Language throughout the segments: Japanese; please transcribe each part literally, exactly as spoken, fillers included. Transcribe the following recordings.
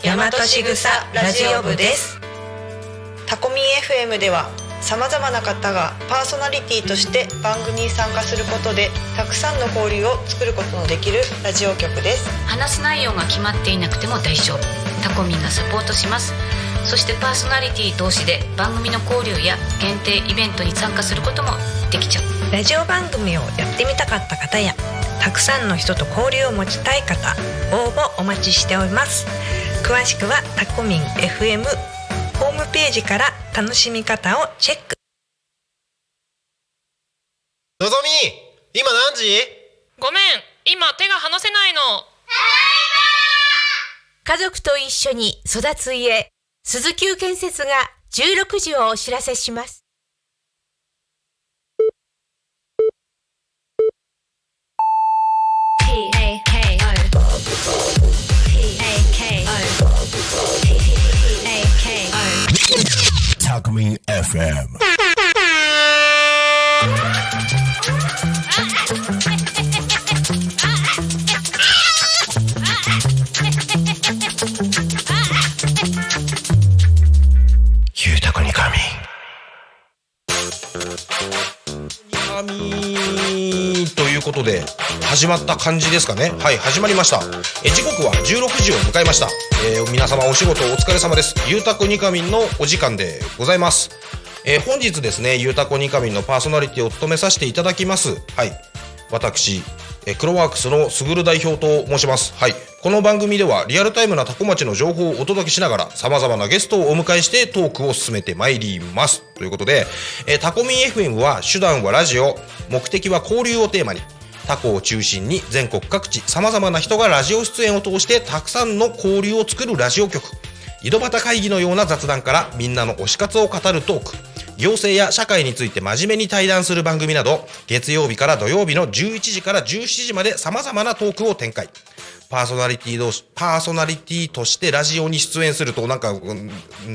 大和しぐさラジオ部です。タコミン エフエム ではさまざまな方がパーソナリティとして番組に参加することでたくさんの交流を作ることのできるラジオ局です。 話す内容が決まっていなくても大丈夫。タコミンがサポートします。そしてパーソナリティ同士で番組の交流や限定イベントに参加することもできちゃう。 ラジオ番組をやってみたかった方やたくさんの人と交流を持ちたい方、応募お待ちしております。詳しくはタコミン エフエム ホームページから楽しみ方をチェック。 のぞみ、今何時？ ごめん、今手が離せないの。 家族と一緒に育つ家、鈴木建設がじゅうろくじをお知らせします。 タコミン エフエム。ゆうたこにかみということで始まった感じですかね。はい、始まりました。え時刻はじゅうろくじを迎えました。えー、皆様お仕事お疲れ様です。ゆうたこにかみんのお時間でございます。えー、本日ですね、ゆうたこにかみんのパーソナリティを務めさせていただきます。はい、私えクロワークスのすぐる代表と申します。はい、この番組ではリアルタイムなタコ町の情報をお届けしながら様々なゲストをお迎えしてトークを進めてまいりますということで、えタコミン エフエム は手段はラジオ、目的は交流をテーマにタコを中心に全国各地様々な人がラジオ出演を通してたくさんの交流を作るラジオ局。井戸端会議のような雑談からみんなの推し活を語るトーク、行政や社会について真面目に対談する番組など、月曜日から土曜日のじゅういちじからじゅうしちじまで様々なトークを展開。パーソナリティ同士、パーソナリティとしてラジオに出演するとなんか、うん、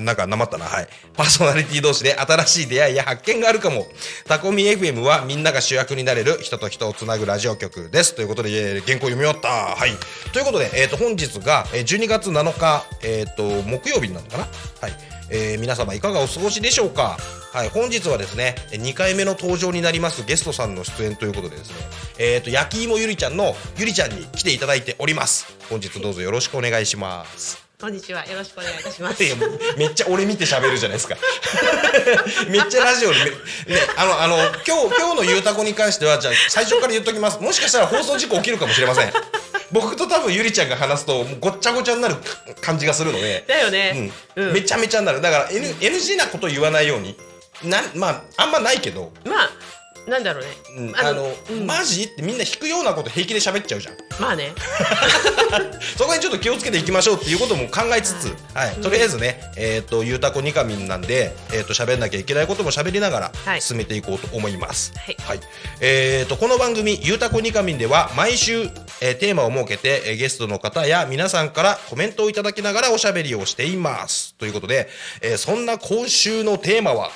なんかなまったな。はい。パーソナリティ同士で新しい出会いや発見があるかも。タコミ エフエム はみんなが主役になれる人と人をつなぐラジオ局です。ということで、えー、原稿読み終わった。はい。ということで、えっと、本日がじゅうにがつなのか、えっと、木曜日なのかな。はい。えー、皆様いかがお過ごしでしょうか。はい、本日はですねにかいめの登場になりますゲストさんの出演ということでですね、えーと焼き芋ゆりちゃんのゆりちゃんに来ていただいております。本日どうぞよろしくお願いします。 こんにちは、よろしくお願いいたします。 めっちゃ俺見て喋るじゃないですか。めっちゃラジオで、ね、あのあの今日今日のゆうたこに関してはじゃあ最初から言っときます。もしかしたら放送事故起きるかもしれません。僕と多分ゆりちゃんが話すともうごっちゃごちゃになる感じがするので。 だよね、 うんうん、めちゃめちゃになる。だから、N、エヌジー なこと言わないようにな、まああんまないけど、 まあなんだろうね、 うん、あの、うん、マジってみんな引くようなこと平気で喋っちゃうじゃん。 まあねそこにちょっと気をつけていきましょうっていうことも考えつつ、はい、はい、とりあえずね、えっ、ー、とゆうたこにかみんなんで、えっ、ー、と喋んなきゃいけないことも喋りながら進めていこうと思います。はい、はい、えっ、ー、とこの番組ゆうたこにかみんでは毎週、えー、テーマを設けて、えー、ゲストの方や皆さんからコメントをいただきながらおしゃべりをしていますということで、えー、そんな今週のテーマは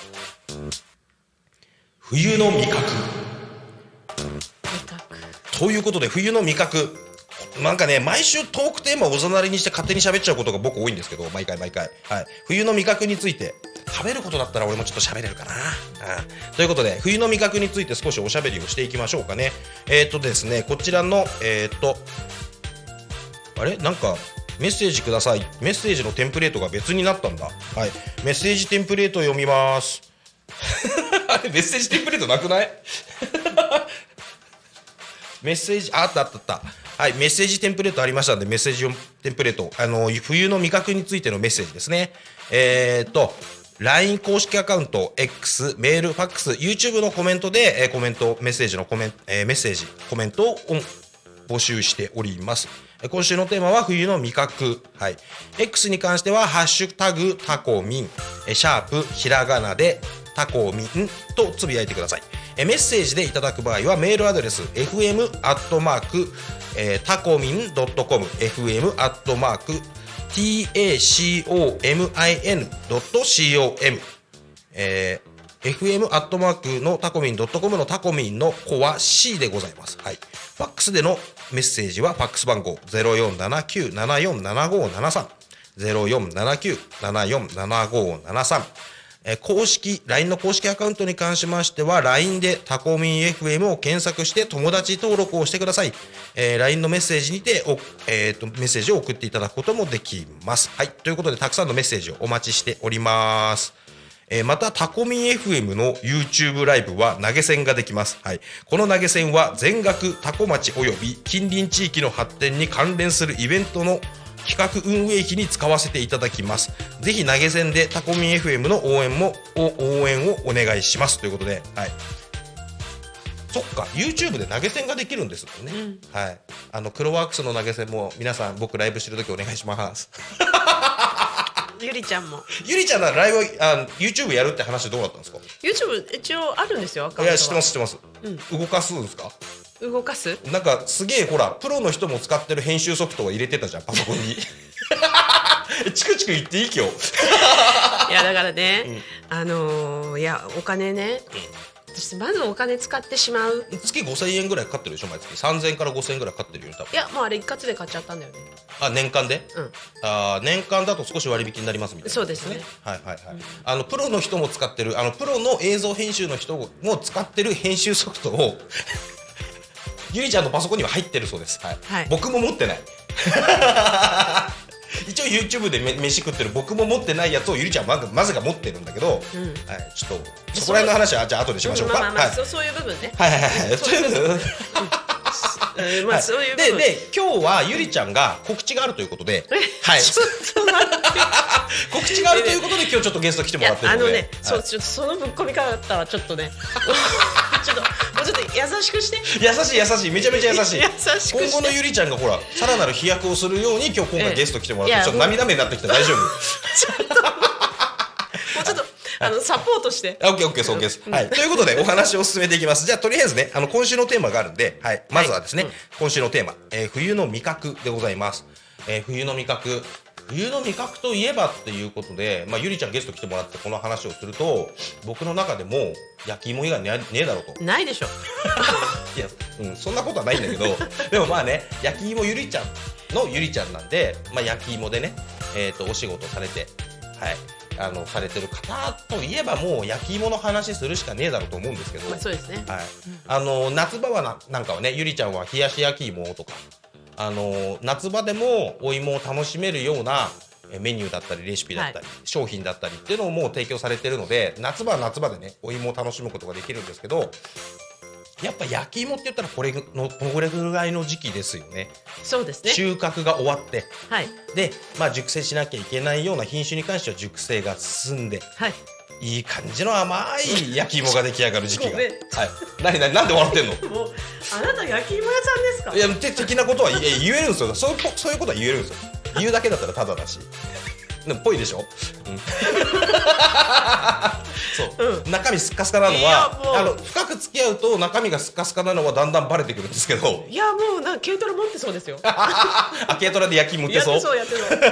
冬の味覚ということで、冬の味覚なんかね、毎週トークテーマをおざなりにして勝手に喋っちゃうことが僕多いんですけど、毎回毎回、はい、冬の味覚について食べることだったら俺もちょっと喋れるかな、うん、ということで冬の味覚について少しおしゃべりをしていきましょうかね。えーとですねこちらのえーとあれなんかメッセージください。メッセージのテンプレートが別になったんだ。はい、メッセージテンプレートを読みます。あれメッセージテンプレートなくないメッセージあったあったあった。はい、メッセージテンプレートありましたので、メッセージテンプレート、あの冬の味覚についてのメッセージですね。えー、っと ライン 公式アカウント X メールファックス YouTube のコメントで、えー、コメントメッセージのコメント、えー、メッセージコメントを募集しております。今週のテーマは冬の味覚、はい、X に関してはハッシュタグタコミンシャープひらがなでタコミンとつぶやいてください。メッセージでいただく場合はメールアドレス エフエム アットマーク タコミン ドットコム エフエム アットマーク タコミン ドットコム、えー、エフエム アットマーク のタコミン ドットコム のタコミンの子は C でございます。はい、ファックスでのメッセージはファックス番号 ゼロよんななきゅうななよんななごーななさんゼロよんななきゅう ななよんななごななさん、えー、公式 ライン の公式アカウントに関しましては ライン でタコミン エフエム を検索して友達登録をしてください。えー、ライン のメッセージにてお、えー、とメッセージを送っていただくこともできます。はい、ということでたくさんのメッセージをお待ちしております。えー、またタコミン エフエム の YouTube ライブは投げ銭ができます。はい、この投げ銭は全額タコ町および近隣地域の発展に関連するイベントの企画運営費に使わせていただきます。ぜひ投げ銭でタコミン エフエム の応援も応援をお願いしますということで、はい、そっか YouTube で投げ銭ができるんですもんね、うん、はい、あのクロワークスの投げ銭も皆さん僕ライブしてるときお願いしますゆりちゃんもゆりちゃんのライブあ YouTube やるって話どうだったんですか？ YouTube 一応あるんですよ、アカウントは。 いや知ってます知ってます、うん、動かすんですか？ 動かすなんかすげえほらプロの人も使ってる編集ソフトを入れてたじゃんパソコンにチクチク言っていい今日いやだからね、うん、あのー、いやお金ね、私まずお金使ってしまう。 月ごせんえんぐらいかかってるでしょ毎月。さんぜんえんからごせんえんぐらいかかってるよね多分。 いやもうあれ一括で買っちゃったんだよね。 あ年間で、うん、あ年間だと少し割引になりますみたいな、ね、 そうですね。 はいはいはい、うん、あのプロの人も使ってるあのプロの映像編集の人も使ってる編集ソフトをゆりちゃんのパソコンには入ってるそうです、はいはい、僕も持ってない一応 YouTube でめ飯食ってる僕も持ってないやつをゆりちゃんはまずが持ってるんだけど、うんはい、ちょっとそこら辺の話はじゃあ後でしましょうか。 まあまあまあ、 はい、 そ, そういう部分ね。 はいはいはい。そういう部分。 えーまあ、そういう部分でで今日はゆりちゃんが告知があるということで、はい。 ちょっと待って告知があるということで今日ちょっとゲスト来てもらってるので。 あのね、はい、そうちょっとそのぶっ込み方はちょっとね、ちょっともうちょっと優しくして。 優しい優しいめちゃめちゃ優しい。 優しくして。 今後のゆりちゃんがほらさらなる飛躍をするように今日今回ゲスト来てもらって、ええ、ちょっと涙目になってきた大丈夫。 ちょっともうちょっと。あのサポートして。 オッケーオッケーそうです。はい。ということでお話を進めていきます。じゃあとりあえずね、あの今週のテーマがあるんで、はい。まずはですね、はいうん、今週のテーマ、えー、冬の味覚でございます。えー、冬の味覚、冬の味覚といえばっていうことで、まあゆりちゃんゲスト来てもらってこの話をすると、僕の中でも焼き芋以外ねえだろうと。 ないでしょ。 いや、うん、そんなことはないんだけど、でもまあね、焼き芋ゆりちゃんのゆりちゃんなんで、まあ焼き芋でね、えっとお仕事されて、はい。あのされてる方といえばもう焼き芋の話するしかねえだろうと思うんですけど、 まあ、そうですね、 はいうん、あの夏場は な, なんかはねゆりちゃんは冷やし焼き芋とかあの夏場でもお芋を楽しめるようなメニューだったりレシピだったり、はい、商品だったりっていうのをもう提供されてるので夏場は夏場でねお芋を楽しむことができるんですけど、やっぱ焼き芋って言ったらこれのこれぐらいの時期ですよね。 そうですね。 収穫が終わって、 はい、で、 まあ、熟成しなきゃいけないような品種に関しては熟成が進んで、はい、いい感じの甘い焼き芋が出来上がる時期が。はい、何何なんで笑ってんの？ もうあなた焼き芋屋さんですか？ いやて的なことは言え言えるんですよ。そうそういうことは言えるんですよ。言うだけだったらただだし。でもぽいでしょ、うん、そう、うん、中身スッカスカなのはあの深く付き合うと中身がスッカスカなのはだんだんバレてくるんですけど、 いやもうなんか軽トラ持ってそうですよあ軽トラで焼き芋売ってそうやってそうやって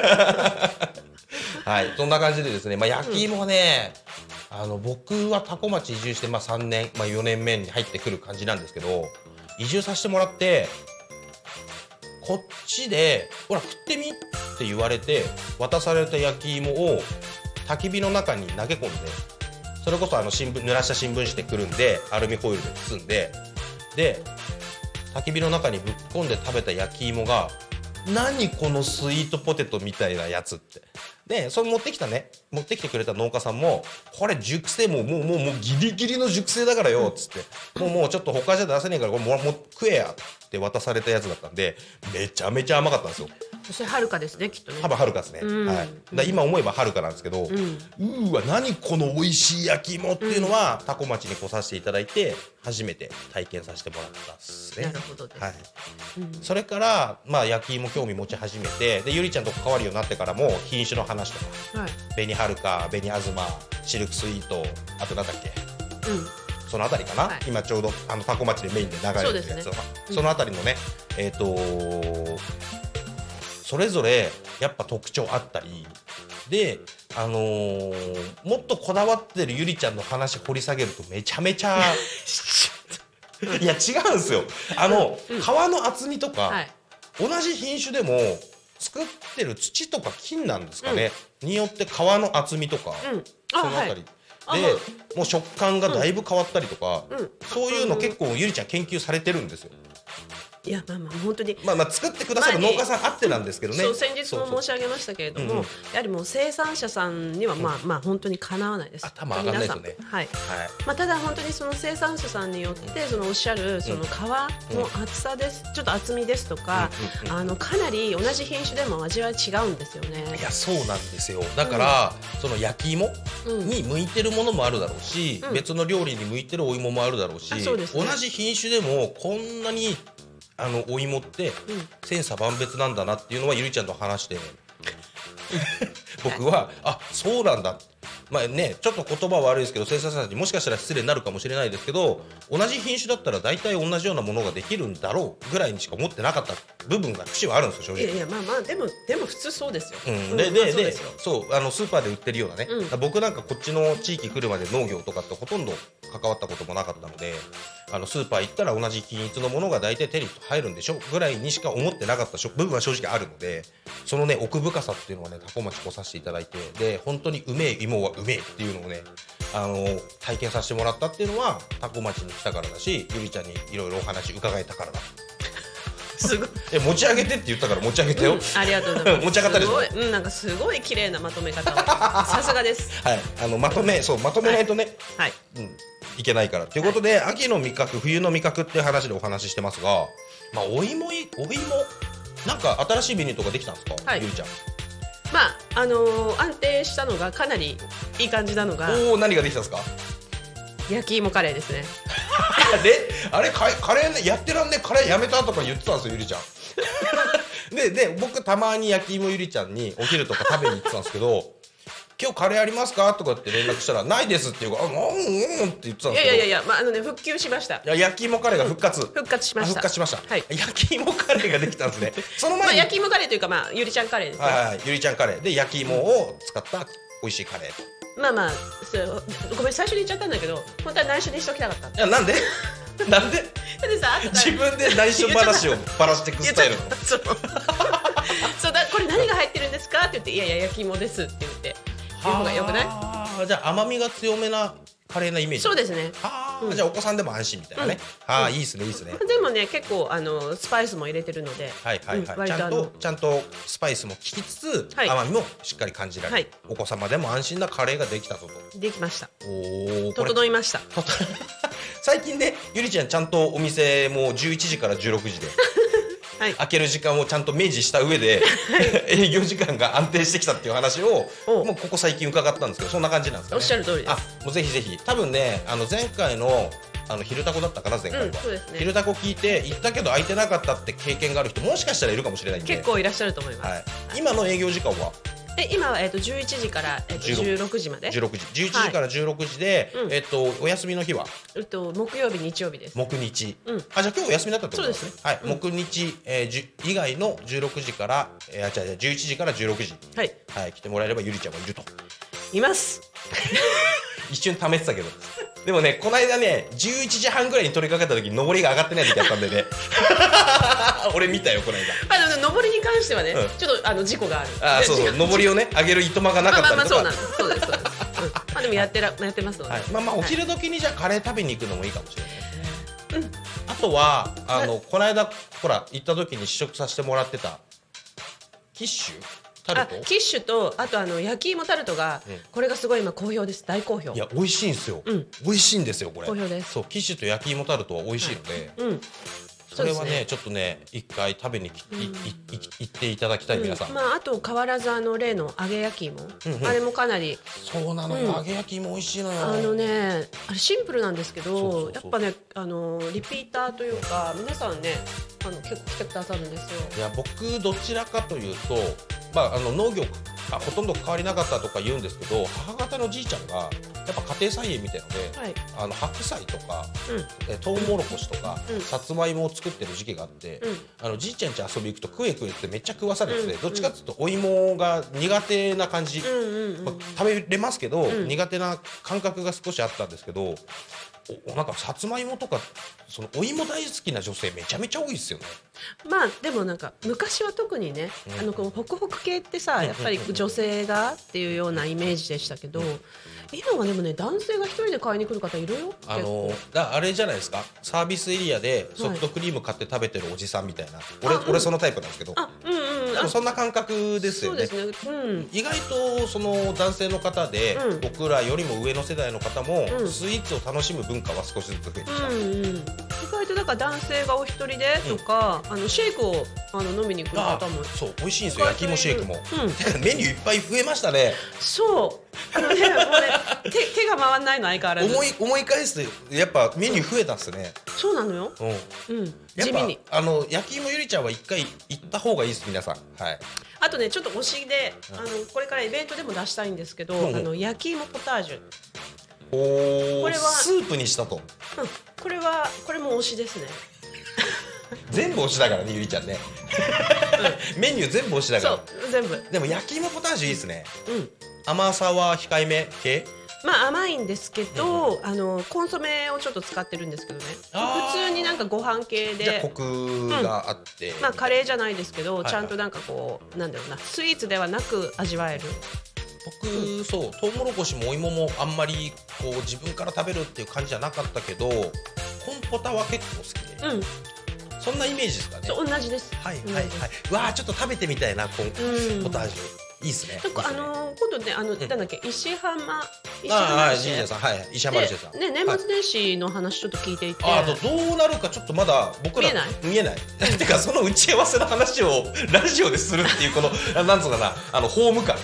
そうはいそんな感じでですね、まあ、焼き芋はね、うん、あの僕は多古町移住してまあさんねん、まあ、よねんめに入ってくる感じなんですけど、移住させてもらってこっちでほら食ってみって言われて渡された焼き芋を焚き火の中に投げ込んで、それこそあの新聞濡らした新聞紙でくるんでアルミホイルで包んで、で焚き火の中にぶっ込んで食べた焼き芋が何このスイートポテトみたいなやつって。でそれ持ってきたね持ってきてくれた農家さんもこれ熟成もうもうもうもうギリギリの熟成だからよっつって、もうもうちょっと他じゃ出せねえからこれもうもう食えやって渡されたやつだったんでめちゃめちゃ甘かったんですよ。 そしてはるかですねきっとね。 多分はるかですね、うんはい、だ今思えばはるかなんですけど、うん、うーわ何この美味しい焼き芋っていうのは、うん、多古町に来させていただいて初めて体験させてもらったっすね。 なるほどです、 はいうん、それから、まあ、焼き芋興味持ち始めてでゆりちゃんと関わるようになってからも品種の話とか、はい、紅はるか紅あずまシルクスイートあとなんだっけ、うんそのあたりかな、はい、今ちょうどあの多古町でメインで流れてるやつ、ねうん、そのあたりのねえっ、ー、とそれぞれやっぱ特徴あったりで、あのー、もっとこだわってるゆりちゃんの話掘り下げるとめちゃめちゃいや違うんですよ。あの、うん、皮の厚みとか、はい、同じ品種でも作ってる土とか金なんですかね、うん、によって皮の厚みとか、うん、そのあたり、はい、でもう食感がだいぶ変わったりとか、うん、そういうの結構ゆりちゃん研究されてるんですよ。 いやまあまあ本当にまあまあ作ってくださる農家さんあってなんですけどね、 そう先日も申し上げましたけれども、うんうん、やはりもう生産者さんにはまあ、うん、まあ本当にかなわないです。 頭上がらないですよね。 はい、はい、まあただ本当にその生産者さんによってそのおっしゃるその皮の厚さです、うん、ちょっと厚みですとか、うんうんうん、あのかなり同じ品種でも味は違うんですよね。 いやそうなんですよ。だから、うん、その焼き芋に向いてるものもあるだろうし、うん、別の料理に向いてるお芋もあるだろうし、そうですね、同じ品種でもこんなにあのお芋って千差万別なんだなっていうのはゆりちゃんと話して僕はあそうなんだ、まあねちょっと言葉は悪いですけど生産者さんにもしかしたら失礼になるかもしれないですけど、同じ品種だったら大体同じようなものができるんだろうぐらいにしか思ってなかった部分が節はあるんですよ正直。 いやいやまあまあでもでも普通そうですよ。 うん、でででそうあのスーパーで売ってるようなね、うん、僕なんかこっちの地域来るまで農業とかってほとんど関わったこともなかったので、あのスーパー行ったら同じ均一のものが大体手に入るんでしょぐらいにしか思ってなかった部分は正直あるので、そのね奥深さっていうのはねタコ町来させていただいて、で本当にうめえ芋はうめえっていうのをねあの体験させてもらったっていうのはタコ町に来たからだし、ゆりちゃんにいろいろお話伺えたからだ。 すごいえ持ち上げてって言ったから持ち上げたよ、うん、 ありがとうございます持ち上がったでしょ。 すごい、うん、なんかすごい綺麗なまとめ方をさすがですはいあのまとめそうまとめないとね、 はい、 うん、いけないからということで、はい、秋の味覚冬の味覚っていう話でお話ししてますが、まあお芋いお芋なんか新しいメニューとかできたんですか、はい、ゆりちゃん。 まああのー、安定したのがかなりいい感じなのが、 おお何ができたんですか。 焼き芋カレーですねであれカレー、ね、やってらんねカレーやめたとか言ってたんですよゆりちゃんでで僕たまに焼き芋ゆりちゃんにお昼とか食べに行ってたんですけど今日カレーありますかとかって連絡したらないですっていうか、あうんうんって言ってたんですけど、 いやいやいや、まあ、あのね復旧しました。いや焼き芋カレーが復活、うん、 復活しました復活しました、 はい、 焼き芋カレーができたんですねその前に、 まあ、焼き芋カレーというか、まあ、ゆりちゃんカレーですね、 はいはい、ゆりちゃんカレーで焼き芋を使った美味しいカレーと、 まあまあそうごめん最初に言っちゃったんだけど本当は内緒にしておきたかった。 いやなんでなんででさ自分で内緒話をばらしていくスタイルそうそうだこれ何が入ってるんですかって言っていやいや焼き芋ですって言って言う方がよくない？ あじゃあ甘みが強めなカレーなイメージ。 そうですね。 あ、うん、じゃあお子さんでも安心みたいなね、うん、あ、うん、いいですねいいですね。 でもね結構あのスパイスも入れてるので、 はいはいはい、うん、ちゃんとちゃんとスパイスも効きつつ、はい、甘みもしっかり感じられる、はい、お子様でも安心なカレーができたぞと。 できました。 おお整いました最近ねゆりちゃんちゃんとお店もじゅういちじからじゅうろくじではい、開ける時間をちゃんと明示した上で営業時間が安定してきたっていう話をもうここ最近伺ったんですけど、そんな感じなんですかね。 おっしゃる通りです。 あもうぜひぜひ多分ねあの前回のあの昼タコだったかな前回は、うんそうですね、昼タコ聞いて行ったけど空いてなかったって経験がある人もしかしたらいるかもしれないんで結構いらっしゃると思います、 はい、今の営業時間はえ今は、えー、とじゅういちじから、えー、とじゅうろくじまでじゅうろくじじゅういちじからじゅうろくじで、はいえー、とお休みの日は、 えー、と木曜日日曜日です。 木日、 うん、 あじゃあ今日お休みだったってことですね。 そうです、 はいうん、 木日、えー、じ以外のじゅうろくじから、えー、あ違う違うじゅういちじからじゅうろくじはい、 はい、来てもらえればゆりちゃんはいるといます一瞬試してたけどでもねこの間ねじゅういちじはんぐらいに取り掛かった時に上りが上がってない時あったんでね俺見たよこの間。 あの上りに関してはね、うん、ちょっとあの事故がある。 あそうそう上りをね上げるいとまがなかったりとか。 まあまあまあそうなんですそうですそうです、うん、まあでもやってらやってますので、はい、 まあまあお昼時にじゃあカレー食べに行くのもいいかもしれないですね、うん、あとはあのこの間ほら行った時に試食させてもらってたキッシュタルト、 あキッシュとあとあの焼き芋タルトが、うん、これがすごい今好評です。大好評。 いや美味しいんですよ、うん、美味しいんですよこれ。 好評です。 そうキッシュと焼き芋タルトは美味しいので、 はい、うんそれは ね, ねちょっとね一回食べにき、うん、いい行っていただきたい、うん、皆さん、 まあ、あと変わらずあの例の揚げ焼き芋、うんうん、あれもかなりそうなのよ、うん、揚げ焼き芋美味しいのよ。 あのねあれシンプルなんですけどそうそうそうやっぱねあのリピーターというか皆さんねあの結構来てくださるんですよ。 いや僕どちらかというと、まあ、あの農業あほとんど変わりなかったとか言うんですけど母方のじいちゃんがやっぱ家庭菜園みたいので、はい、あの白菜とか、うん、えトウモロコシとか、うん、さつまいもを作ってる時期があって、うん、あのじいちゃん家遊び行くと食え食えってめっちゃ食わされてて、うん、どっちかっていうとお芋が苦手な感じ、うんうんうんまあ、食べれますけど、うん、苦手な感覚が少しあったんですけどおなんかさつまいもとかそのお芋大好きな女性めちゃめちゃ多いですよね。 まあでもなんか昔は特にね、 うん、 あのこのホクホク系ってさ、やっぱり女性がっていうようなイメージでしたけど、うん、今はでもね男性が一人で買いに来る方いるよ。 あのだあれじゃないですか、サービスエリアでソフトクリーム買って食べてるおじさんみたいな、はい、俺, 俺そのタイプなんですけど、 あ、うんうんうん、 そんな感覚ですよね。 そうですね、うん、 意外とその男性の方で、うん、僕らよりも上の世代の方も、うん、スイーツを楽しむ文化は少しずつ増えてきた、うんうん、 意外とだから男性がお一人でとか、うん、あのシェイクをあの飲みに来る方もそう美味しいんですよ、焼き芋シェイクも、うん、メニューいっぱい増えましたね。 そうあのね、もうね手, 手が回んないの相変わらず思い思い返すとやっぱメニュー増えたっすね、 うん、そうなのよ、 うんうん、地味にあの焼き芋ゆりちゃんは一回行った方がいいです皆さん、はい、 あとねちょっと推しで、うん、あのこれからイベントでも出したいんですけど、うん、あの焼き芋ポタージュ、 おこれはスープにしたと、うん、 これはこれも推しですね全部推しだからねゆりちゃんね、うん、メニュー全部推しだからそう全部でも焼き芋ポタージュいいですね、 うん、 甘さは控えめ系、 まあ甘いんですけど、うん、あのコンソメをちょっと使ってるんですけどね、普通になんかご飯系でじゃあコクがあって、 うん、まあカレーじゃないですけど、はいはい、ちゃんとなんかこうなんだろうなスイーツではなく味わえる。 僕、うん、そうトウモロコシもお芋もあんまりこう自分から食べるっていう感じじゃなかったけど、コンポタは結構好きで、うん、そんなイメージですかね。 そう同じです。 はいはいはい、うわーちょっと食べてみたいなコンポタージュ、いいですね。 なんかあのー、今度ねあの、うん、なんだっけ石浜石浜マルシェさん、はい、石浜マルシェさんね、年末年始の話ちょっと聞いていて、 はい、あとどうなるかちょっとまだ僕ら見えない見えないてかその打ち合わせの話をラジオでするっていうこのなんつうかなあのホーム感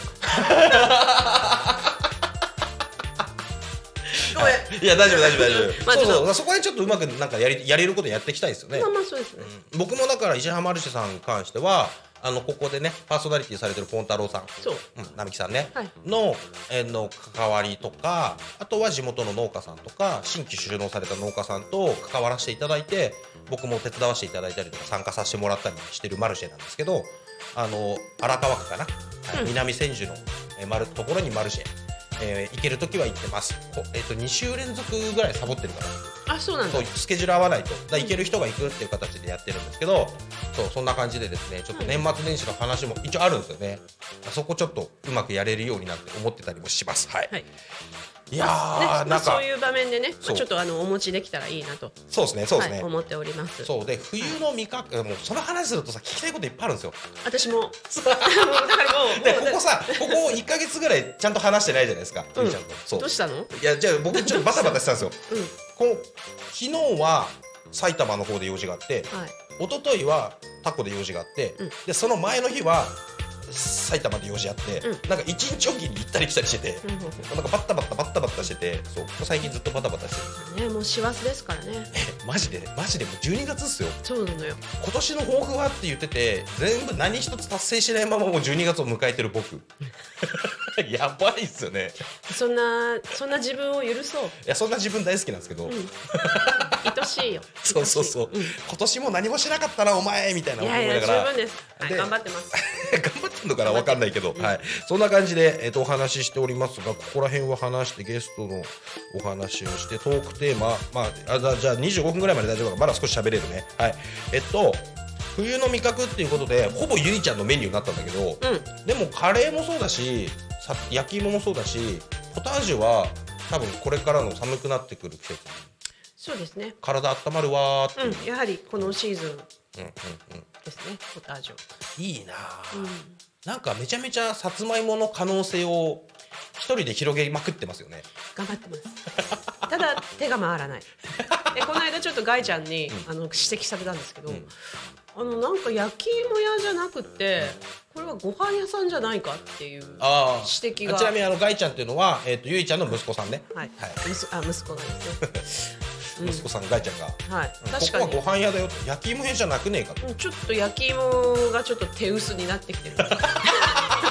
ごめんいや大丈夫大丈夫大丈夫、まあ、そうそうそこでちょっとうまくなんかやりやれることやっていきたいですよね。 まあまあそうですね、 うん、僕もだから石浜マルシェさんに関してはあのここでねパーソナリティされてるポンタロウさん、 そう、 うん、並木さんね、 はい、 の、えー、の関わりとか、あとは地元の農家さんとか新規就農された農家さんと関わらせていただいて、僕も手伝わせていただいたりとか参加させてもらったりしてるマルシェなんですけど、あの荒川区かな、うん、南千住の、えー、まるところにマルシェ、えー、行けるときは行ってます。こ、えー、とに週連続ぐらいサボってるから。 あ、そうなんだ。 そうスケジュール合わないとだ行ける人が行くっていう形でやってるんですけど、そうそんな感じでですね、ちょっと年末年始の話も一応あるんですよね。そこちょっとうまくやれるようになって思ってたりもします。はい、はい、いやー、 ね、 なんかそういう場面でね、ちょっとあのお持ちできたらいいなと。 そうですね、そうですね、 はい、思っております。 そうで冬の味覚、もうその話するとさ聞きたいこといっぱいあるんですよ。 私も。だからもうでここさここいっかげつぐらいちゃんと話してないじゃないですか。 うん、 ちゃんとそうどうしたの？ いやじゃあ僕ちょっとバタバタしてたんですよ。 うん、 この昨日は埼玉の方で用事があって、はい、一昨日はタコで用事があって、うん、でその前の日は埼玉で用事あって、うん、なんか一日おきに行ったり来たりしてて、うん、なんかバッタバッタバッタバッタしてて、そう最近ずっとバタバタしてる。ね、もう師走ですからね。 えマジでマジでもうじゅうにがつっすよ。 そうなのよ。 今年の抱負はって言ってて全部何一つ達成しないままもうじゅうにがつを迎えてる僕やばいっすよね。 そんなそんな自分を許そう。いやそんな自分大好きなんですけど、うん、 愛しいよ。 そうそうそう、うん、今年も何もしなかったなお前みたいな思いながら。いやいや十分です、 はい、頑張ってます頑張ってんのかな分かんないけど、うん、はい、そんな感じで、えー、とお話ししておりますが、ここら辺は話してゲストのお話をしてトークテーマ、まあ、あじゃあにじゅうごふんぐらいまで大丈夫か、まだ少し喋れるね。はい、えっと冬の味覚っていうことでほぼゆりちゃんのメニューになったんだけど、うん、でもカレーもそうだしさ焼き芋もそうだしポタージュは多分これからの寒くなってくる季節、 そうですね、 体温まるわーって、 うん、やはりこのシーズンですね、うんうんうん、ポタージュいいな、うん、なんかめちゃめちゃさつまいもの可能性を一人で広げまくってますよね。 頑張ってますただ手が回らないえこの間ちょっとガイちゃんに、うん、あの指摘されたんですけど、うん、あのなんか焼き芋屋じゃなくてこれはご飯屋さんじゃないかっていう指摘が。 ちなみにあのガイちゃんっていうのは、えー、とゆいちゃんの息子さんね。 はい、はい、息, あ息子がですね息子さんガイちゃんが、 はい、 うん、確かにここはご飯屋だよって焼き芋屋じゃなくねえかと、 ちょっと焼き芋がちょっと手薄になってきてる感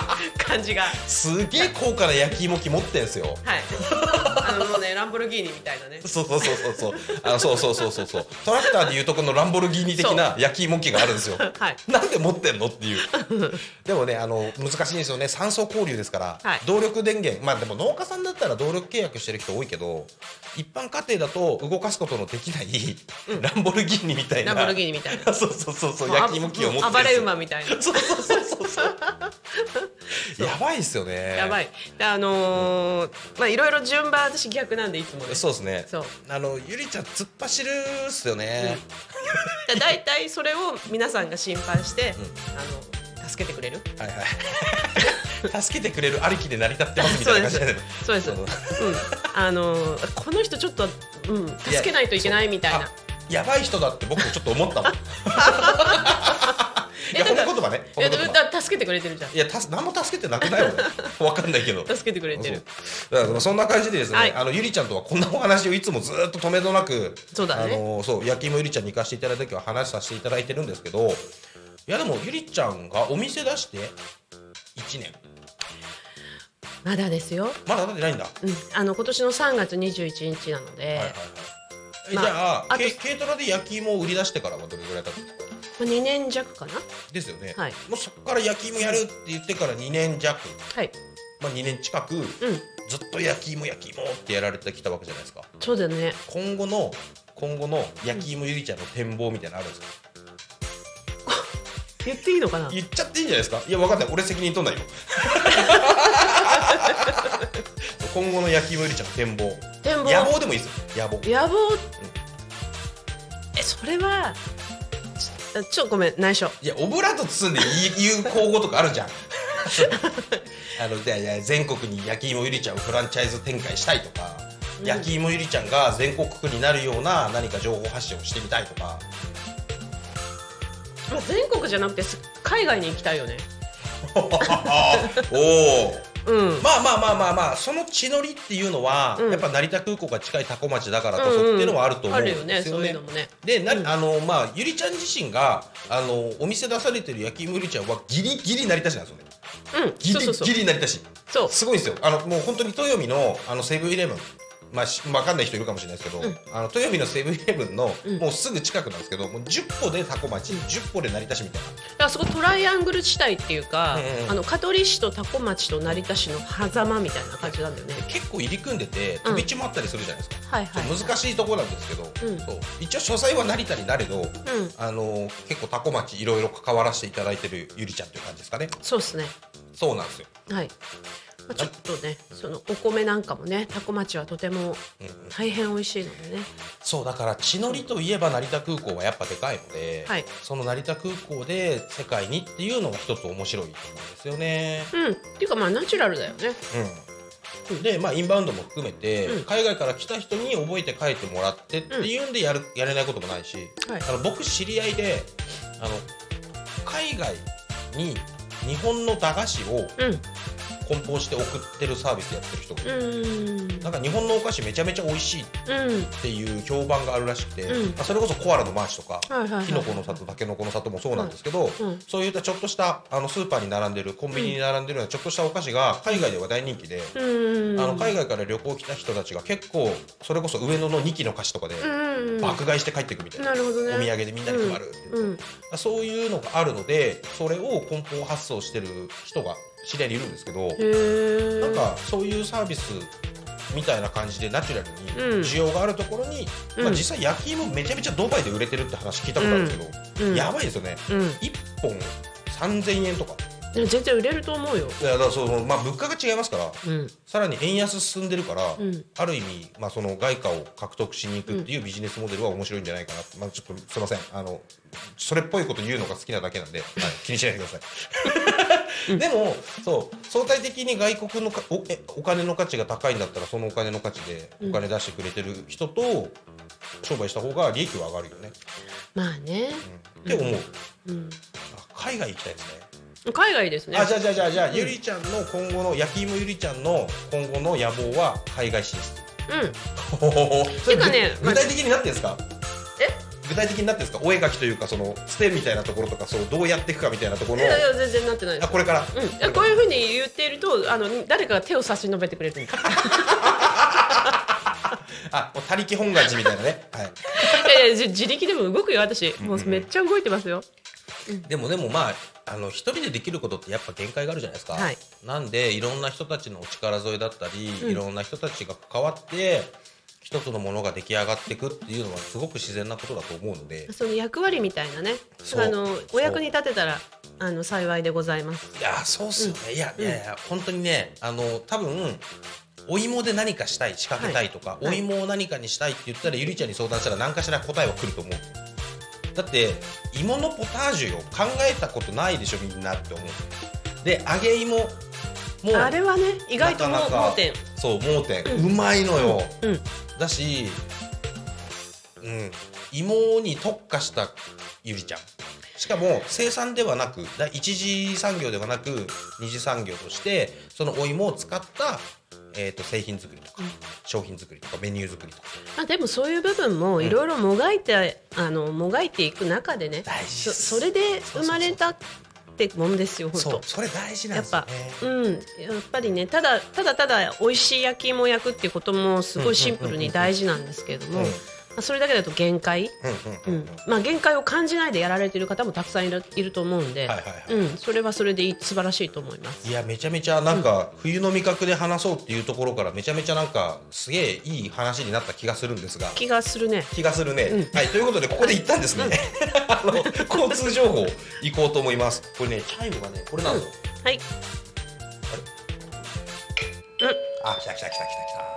感じがすげえ高価な焼き芋機持ってんすよ。 はいあのもうねランボルギーニみたいなねそうそうそうそうそうあのそうそうそうそうそうトラクターでいうとこのランボルギーニ的な焼き芋機があるんですよ。 はいなんで持ってんのっていうでもねあの難しいんですよね。酸素交流ですから、 はい、 動力電源まあでも農家さんだったら動力契約してる人多いけど一般家庭だと動かすことのできない、うん、ランボルギーニみたいなランボルギーニみたいなそうそうそうそう焼き芋機を持ってるんですよ。 暴れ馬みたいなそうそうそうそうそうやばいっすよね。 やばいであのー、まあいろいろ順番私逆なんでいつもねそうですね。 そうあのゆりちゃん突っ走るっすよね、 うん、だいたいそれを皆さんが心配して、うん、あの助けてくれるはいはい助けてくれるありきで成り立ってますみたいな感じでそうですそうです、うん、あのー、この人ちょっと、うん、助けないといけないみたいなや, やばい人だって僕ちょっと思ったもんいや褒め言葉ね。 いやだ助けてくれてるじゃん。 いやた何も助けてなくないよね。わかんないけど。 助けてくれてる。 だからそんな感じでですね、はい、あのゆりちゃんとはこんなお話をいつもずっと止めどなく、 そうだね。 あのそう焼き芋ゆりちゃんに行かせていただいた時は話させていただいてるんですけど、いやでもゆりちゃんがお店出していちねん。 まだですよ。 まだ経ってないんだ。 うん。あの今年のさんがつにじゅういちにちなので。はいはいはい。 えまあ、じゃあ、あ軽トラで焼き芋を売り出してからはどれぐらい経ったんですか。 にねん弱かなですよね、 はい、 もうそこから焼き芋やるって言ってからにねん弱、 はい、 まあにねん近く、うん、ずっと焼き芋焼き芋ってやられてきたわけじゃないですか。 そうだね。 今後の今後の焼き芋ゆりちゃんの展望みたいなのあるんですか。 言っていいのかな。 言っちゃっていいんじゃないですか。いや分かんない、俺責任取んないよ今後の焼き芋ゆりちゃんの展望展望野望でもいいですよ。野望野望、うん、えそれはちょっとごめん内緒。 いやオブラート包んで言う口語とかあるじゃんあのいやいや全国に焼き芋ゆりちゃんをフランチャイズ展開したいとか、うん、焼き芋ゆりちゃんが全国区になるような何か情報発信をしてみたいとか。 まあ、全国じゃなくて海外に行きたいよねおおうん、まあまあまあまあまあその地のりっていうのは、うん、やっぱ成田空港が近い多古町だからこそっていうのはあると思うんですよね。 あるよね、そういうのもね。 でな、うん、あのまあゆりちゃん自身があのお店出されてる焼き芋ゆりちゃんはギリギリ成田市なんですよね。 うん、 ギリそうそうそうギリ成田市。そうすごいんですよ。あのもう本当に豊見のあのセブンイレブン。まあ、分かんない人いるかもしれないですけど、うん、あの豊見のセブンイレブンの、うん、もうすぐ近くなんですけどもうじゅっぽで多古町、うん、じゅっぽで成田市みたいな。だからそこトライアングル地帯っていうか、うんうん、あの香取市と多古町と成田市の狭間みたいな感じなんだよね。 結構入り組んでて飛び地もあったりするじゃないですか、うんはいはいはい、難しいところなんですけど、うん、そう一応所在は成田になれど、うん、あの結構多古町いろいろ関わらせていただいてるゆりちゃんという感じですかね。 そうですね。 そうなんですよ。 はい。まあ、ちょっとねそのお米なんかもね多古町はとても大変美味しいのでね、うん、 そうだから地のりといえば成田空港はやっぱでかいので、はい、その成田空港で世界にっていうのが一つ面白いと思うんですよね。 うんっていうかまあナチュラルだよね。 うん、でまあインバウンドも含めて、うん、海外から来た人に覚えて帰ってもらってっていうんでやる、やれないこともないし、はい、あの僕知り合いであの海外に日本の駄菓子を、うん梱包して送ってるサービスやってる人がいる。なんか日本のお菓子めちゃめちゃ美味しいっていう評判があるらしくて、うんまあ、それこそコアラのマーチとか、はいはいはいはい、キノコの里タケノコの里もそうなんですけど、うん、そういったちょっとしたあのスーパーに並んでるコンビニに並んでるようなちょっとしたお菓子が海外では大人気で、うん、あの海外から旅行来た人たちが結構それこそ上野のにきの菓子とかで爆買いして帰っていくみたいな、なるほどね、お土産でみんなに配るっていう、うん、そういうのがあるのでそれを梱包発送してる人が知り合いにいるんですけど、なんかそういうサービスみたいな感じでナチュラルに需要があるところに、うんまあ、実際焼き芋めちゃめちゃドバイで売れてるって話聞いたことあるんですけど、うん、やばいですよね、うん、いっぽんさんぜんえんとか。 でも全然売れると思うよ。 いやだからその、まあ、物価が違いますから、うん、さらに円安進んでるから、うん、ある意味、まあ、その外貨を獲得しに行くっていうビジネスモデルは面白いんじゃないかなって、まあ、ちょっとすいませんあのそれっぽいこと言うのが好きなだけなんで、はい、気にしないでくださいでもそう相対的に外国のか お, えお金の価値が高いんだったらそのお金の価値でお金出してくれてる人と商売した方が利益は上がるよね。 まあね、 うん、って思う、うん、海外行きたいですね。 海外ですね。 あじゃあじゃあじゃあじゃあ、うん、ゆりちゃんの今後の焼き芋ゆりちゃんの今後の野望は海外進出。うん。 てかね具体的になってんですか？ え？ 具体的になってるんですか、お絵描きというかそのステンみたいなところとか、そうどうやっていくかみたいなところの。 いやいや全然なってないです。 あこれから、 うん、いやこういうふうに言っているとあの誰かが手を差し伸べてくれるんですあもう他力本願寺みたいなね、はい、 いやいや自力でも動くよ私、もうめっちゃ動いてますよ。 でもでもまああの一人でできることってやっぱ限界があるじゃないですか、 はい、 なんでいろんな人たちのお力添えだったり、うん、いろんな人たちが関わって一つのものが出来上がっていくっていうのはすごく自然なことだと思うので、 その役割みたいなね、あのお役に立てたらあの幸いでございます。 いやそうっすよね、うん、いやいやいや、うん、本当にねあの多分お芋で何かしたい仕掛けたいとか、はい、お芋を何かにしたいって言ったらゆりちゃんに相談したら何かしら答えは来ると思う。だって芋のポタージュを考えたことないでしょみんなって思う。で揚げ芋もあれはね意外と盲点、 そう盲点、うん、うまいのよ、 うんうん、 だし、うん、芋に特化したゆりちゃん、しかも生産ではなく一次産業ではなく二次産業としてそのお芋を使ったえー、と製品作りとか、うん、商品作りとかメニュー作りとか、 あでもそういう部分もいろいろもがいて、うん、あのもがいていく中でね、 大事そ, それで生まれたってもんですよ。本当そうそれ大事なんですよね。 やっぱ、うん、やっぱりねただただただ美味しい焼き芋を焼くっていうこともすごいシンプルに大事なんですけれども、それだけだと限界、うんうんまあ、限界を感じないでやられている方もたくさんいる、いると思うんで、はいはいはいうん、それはそれでいい素晴らしいと思います。 いやめちゃめちゃなんか、うん、冬の味覚で話そうっていうところからめちゃめちゃなんかすげえいい話になった気がするんですが、 気がするね気がするね、うん、はいということでここで行ったんですね、はい、あの交通情報行こうと思います。これねチャイムがねこれなんですよ、 うん、はいあれ、うん、あ来た来た来た来た来た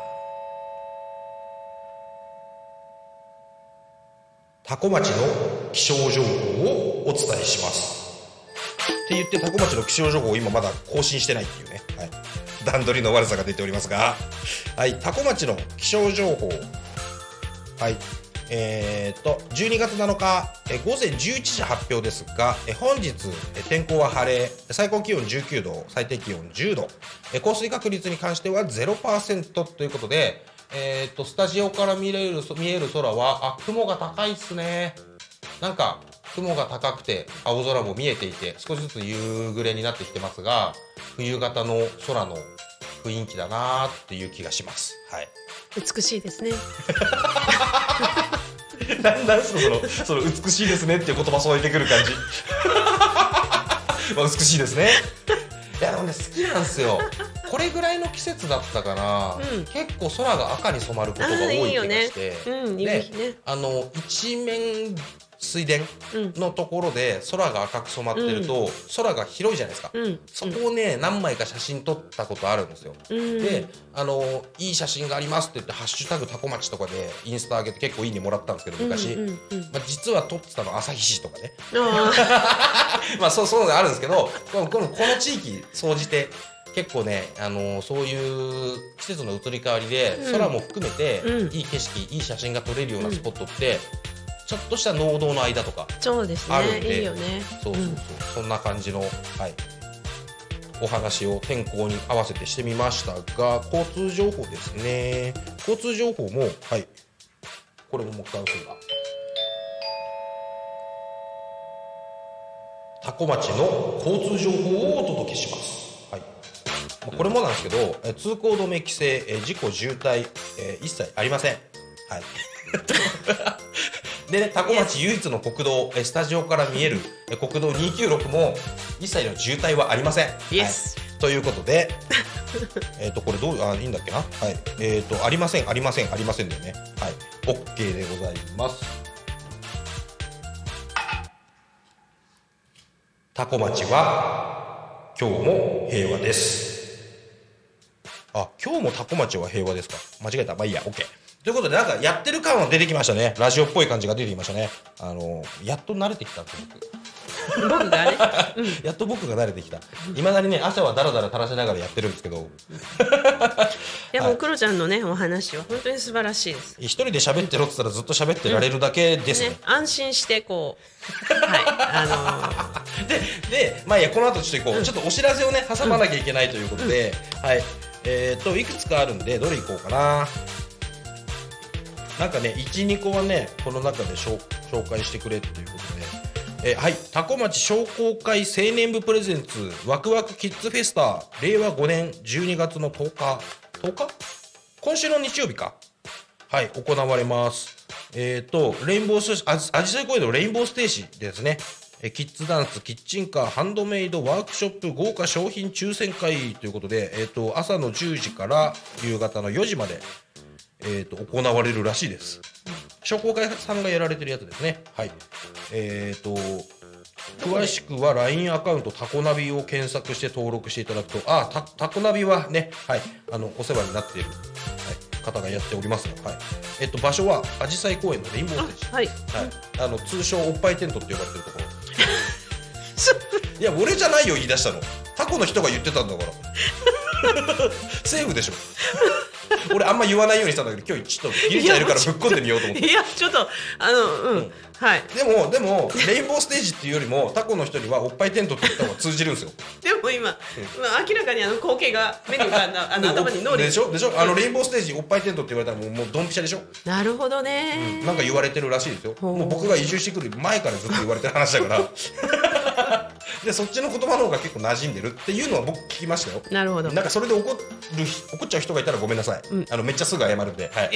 多古町の気象情報をお伝えしますって言って多古町の気象情報を今まだ更新してないっていうね、はい、段取りの悪さが出ておりますが、はい、多古町の気象情報、はいえー、とじゅうにがつなのかえ午前じゅういちじ発表ですが、え本日え天候は晴れ、最高気温じゅうきゅうど、最低気温じゅうど、え降水確率に関しては ゼロパーセント ということで、えー、とスタジオから見れる見える空はあ雲が高いっすね。なんか雲が高くて青空も見えていて少しずつ夕暮れになってきてますが、冬型の空の雰囲気だなーっていう気がします。はい、 美しいですねななんすかそのその美しいですねっていう言葉添えてくる感じまあ美しいですね。いやでもね好きなんですよ。これぐらいの季節だったかな、うん、結構空が赤に染まることが多い気がして、 いいよね、うん、 で、 ね、 あの一面水田のところで空が赤く染まってると、うん、空が広いじゃないですか、うん、そこをね何枚か写真撮ったことあるんですよ、うん、であのいい写真がありますって言ってハッシュタグタコ町とかでインスタ上げて結構いいねもらったんですけど昔、うんうんうんまあ、実は撮ってたの旭市とかねまあそうそういうのがあるんですけどこのこの地域総じて結構ね、あのー、そういう季節の移り変わりで、うん、空も含めて、うん、いい景色いい写真が撮れるようなスポットって、うん、ちょっとした農道の間とかそうですね、 あるんでいいよね。 そうそうそう、うん、そんな感じの、はい、お話を天候に合わせてしてみましたが、交通情報ですね。交通情報も、はい、これももう一回押せば多古町の交通情報をお届けします。これもなんですけど、通行止め規制、事故渋滞、えー、一切ありません。はいでね、多古町唯一の国道、スタジオから見える国道にひゃくきゅうじゅうろくも一切の渋滞はありません。はい、ということでえっとこれどうあいいんだっけな、はい、えっ、ー、とありませんありませんありませんだよね。はい、OK でございます。多古町は今日も平和です。あ、今日も多古町は平和ですか。間違えた。まあいいや、OK。ということで、なんかやってる感は出てきましたね。ラジオっぽい感じが出てきましたね。あのやっと慣れてきたって僕。僕がね、 うん、やっと僕が慣れてきた。いまだにね、朝はだらだら垂らしながらやってるんですけど。 いやもうクロちゃんのね、お話は本当に素晴らしいです。 一人で喋ってろって言ったらずっと喋ってられるだけですね。うん、ね、 安心してこう、はい、あのー、で、で、まあいやこの後ちょっと行こう、うん、ちょっとお知らせをね挟まなきゃいけないということで、うん、はい。えー、といくつかあるんでどれいこうかな。なんかね いち、にこはねこの中で紹紹介してくれっていうことで、えー、はい、多古町商工会青年部プレゼンツワクワクキッズフェスタれいわごねんじゅうにがつのとおかとおか今週の日曜日か、はい、行われます。えーとレインボースあじさい公園のレインボーステージですね。えキッズダンス、キッチンカー、ハンドメイド、ワークショップ、豪華商品抽選会ということで、えーと朝のじゅうじから夕方のよじまで、えーと行われるらしいです。商工会さんがやられてるやつですね。はい。えーと詳しくは ライン アカウントタコナビを検索して登録していただくと、あタタコナビはね、はい、あのお世話になっている、はい、方がやっておりますの、はい、えっと場所はあじさい公園のレインボーステージ、 はい、 はい、あの通称おっぱいテントって呼ばれてるところいや俺じゃないよ言い出したの、タコの人が言ってたんだからセーフでしょ俺あんま言わないようにしたんだけど、今日ちょっとギリちゃんいるからぶっ込んでみようと思って。 いやちょっとあのうん、うん、はい。 でもでもレインボーステージっていうよりもタコの人にはおっぱいテントって言った方が通じるんですよ。 でも今、うん、明らかにあの光景が目に浮かんだあの頭に脳裏でしょでしょ、あのレインボーステージおっぱいテントって言われたらもうもうドンピシャでしょ。 なるほどね、 うん、なんか言われてるらしいですよ。もう僕が移住してくる前からずっと言われてる話だからでそっちの言葉の方が結構馴染んでるっていうのは僕聞きましたよ。 なるほど。 なんかそれで怒る怒っちゃう人がいたらごめんなさい、うん、あのめっちゃすぐ謝るんで、はい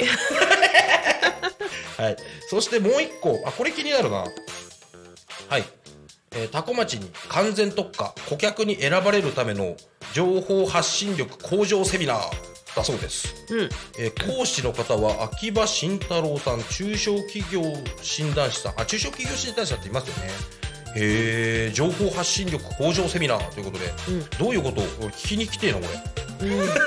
はい、そしてもう一個、あこれ気になるな。はい、えー、多古町に完全特化顧客に選ばれるための情報発信力向上セミナーだそうです、うんえー、講師の方は秋葉慎太郎さん、中小企業診断士さん、あ中小企業診断士さんっていますよね。へー、情報発信力向上セミナーということで、うん、どういうことを聞きに来てえなこれ、うん、ど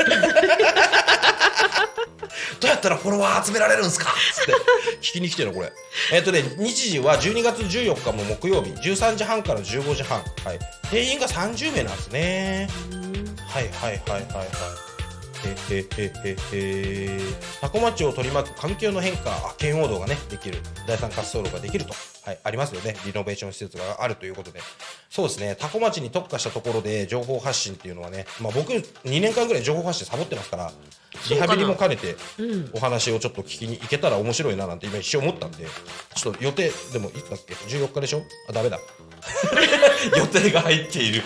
うやったらフォロワー集められるんですかつって聞きに来てるのこれ。えっとね日時はじゅうにがつじゅうよっかも木曜日じゅうさんじはんからじゅうごじはん、はい、定員がさんじゅうめいなんですね。はいはいはいはいはい。へへへへへ多古町を取り巻く環境の変化、圏央道がねできる、第三滑走路ができると、はい、ありますよね。リノベーション施設があるということで、そうですね、多古町に特化したところで情報発信っていうのはね、まあ、僕にねんかんぐらい情報発信サボってますから、リハビリも兼ねてお話をちょっと聞きに行けたら面白いななんて今一瞬思ったんで、ちょっと予定でもいつだっけじゅうよっかでしょ、あダメだ予定が入っている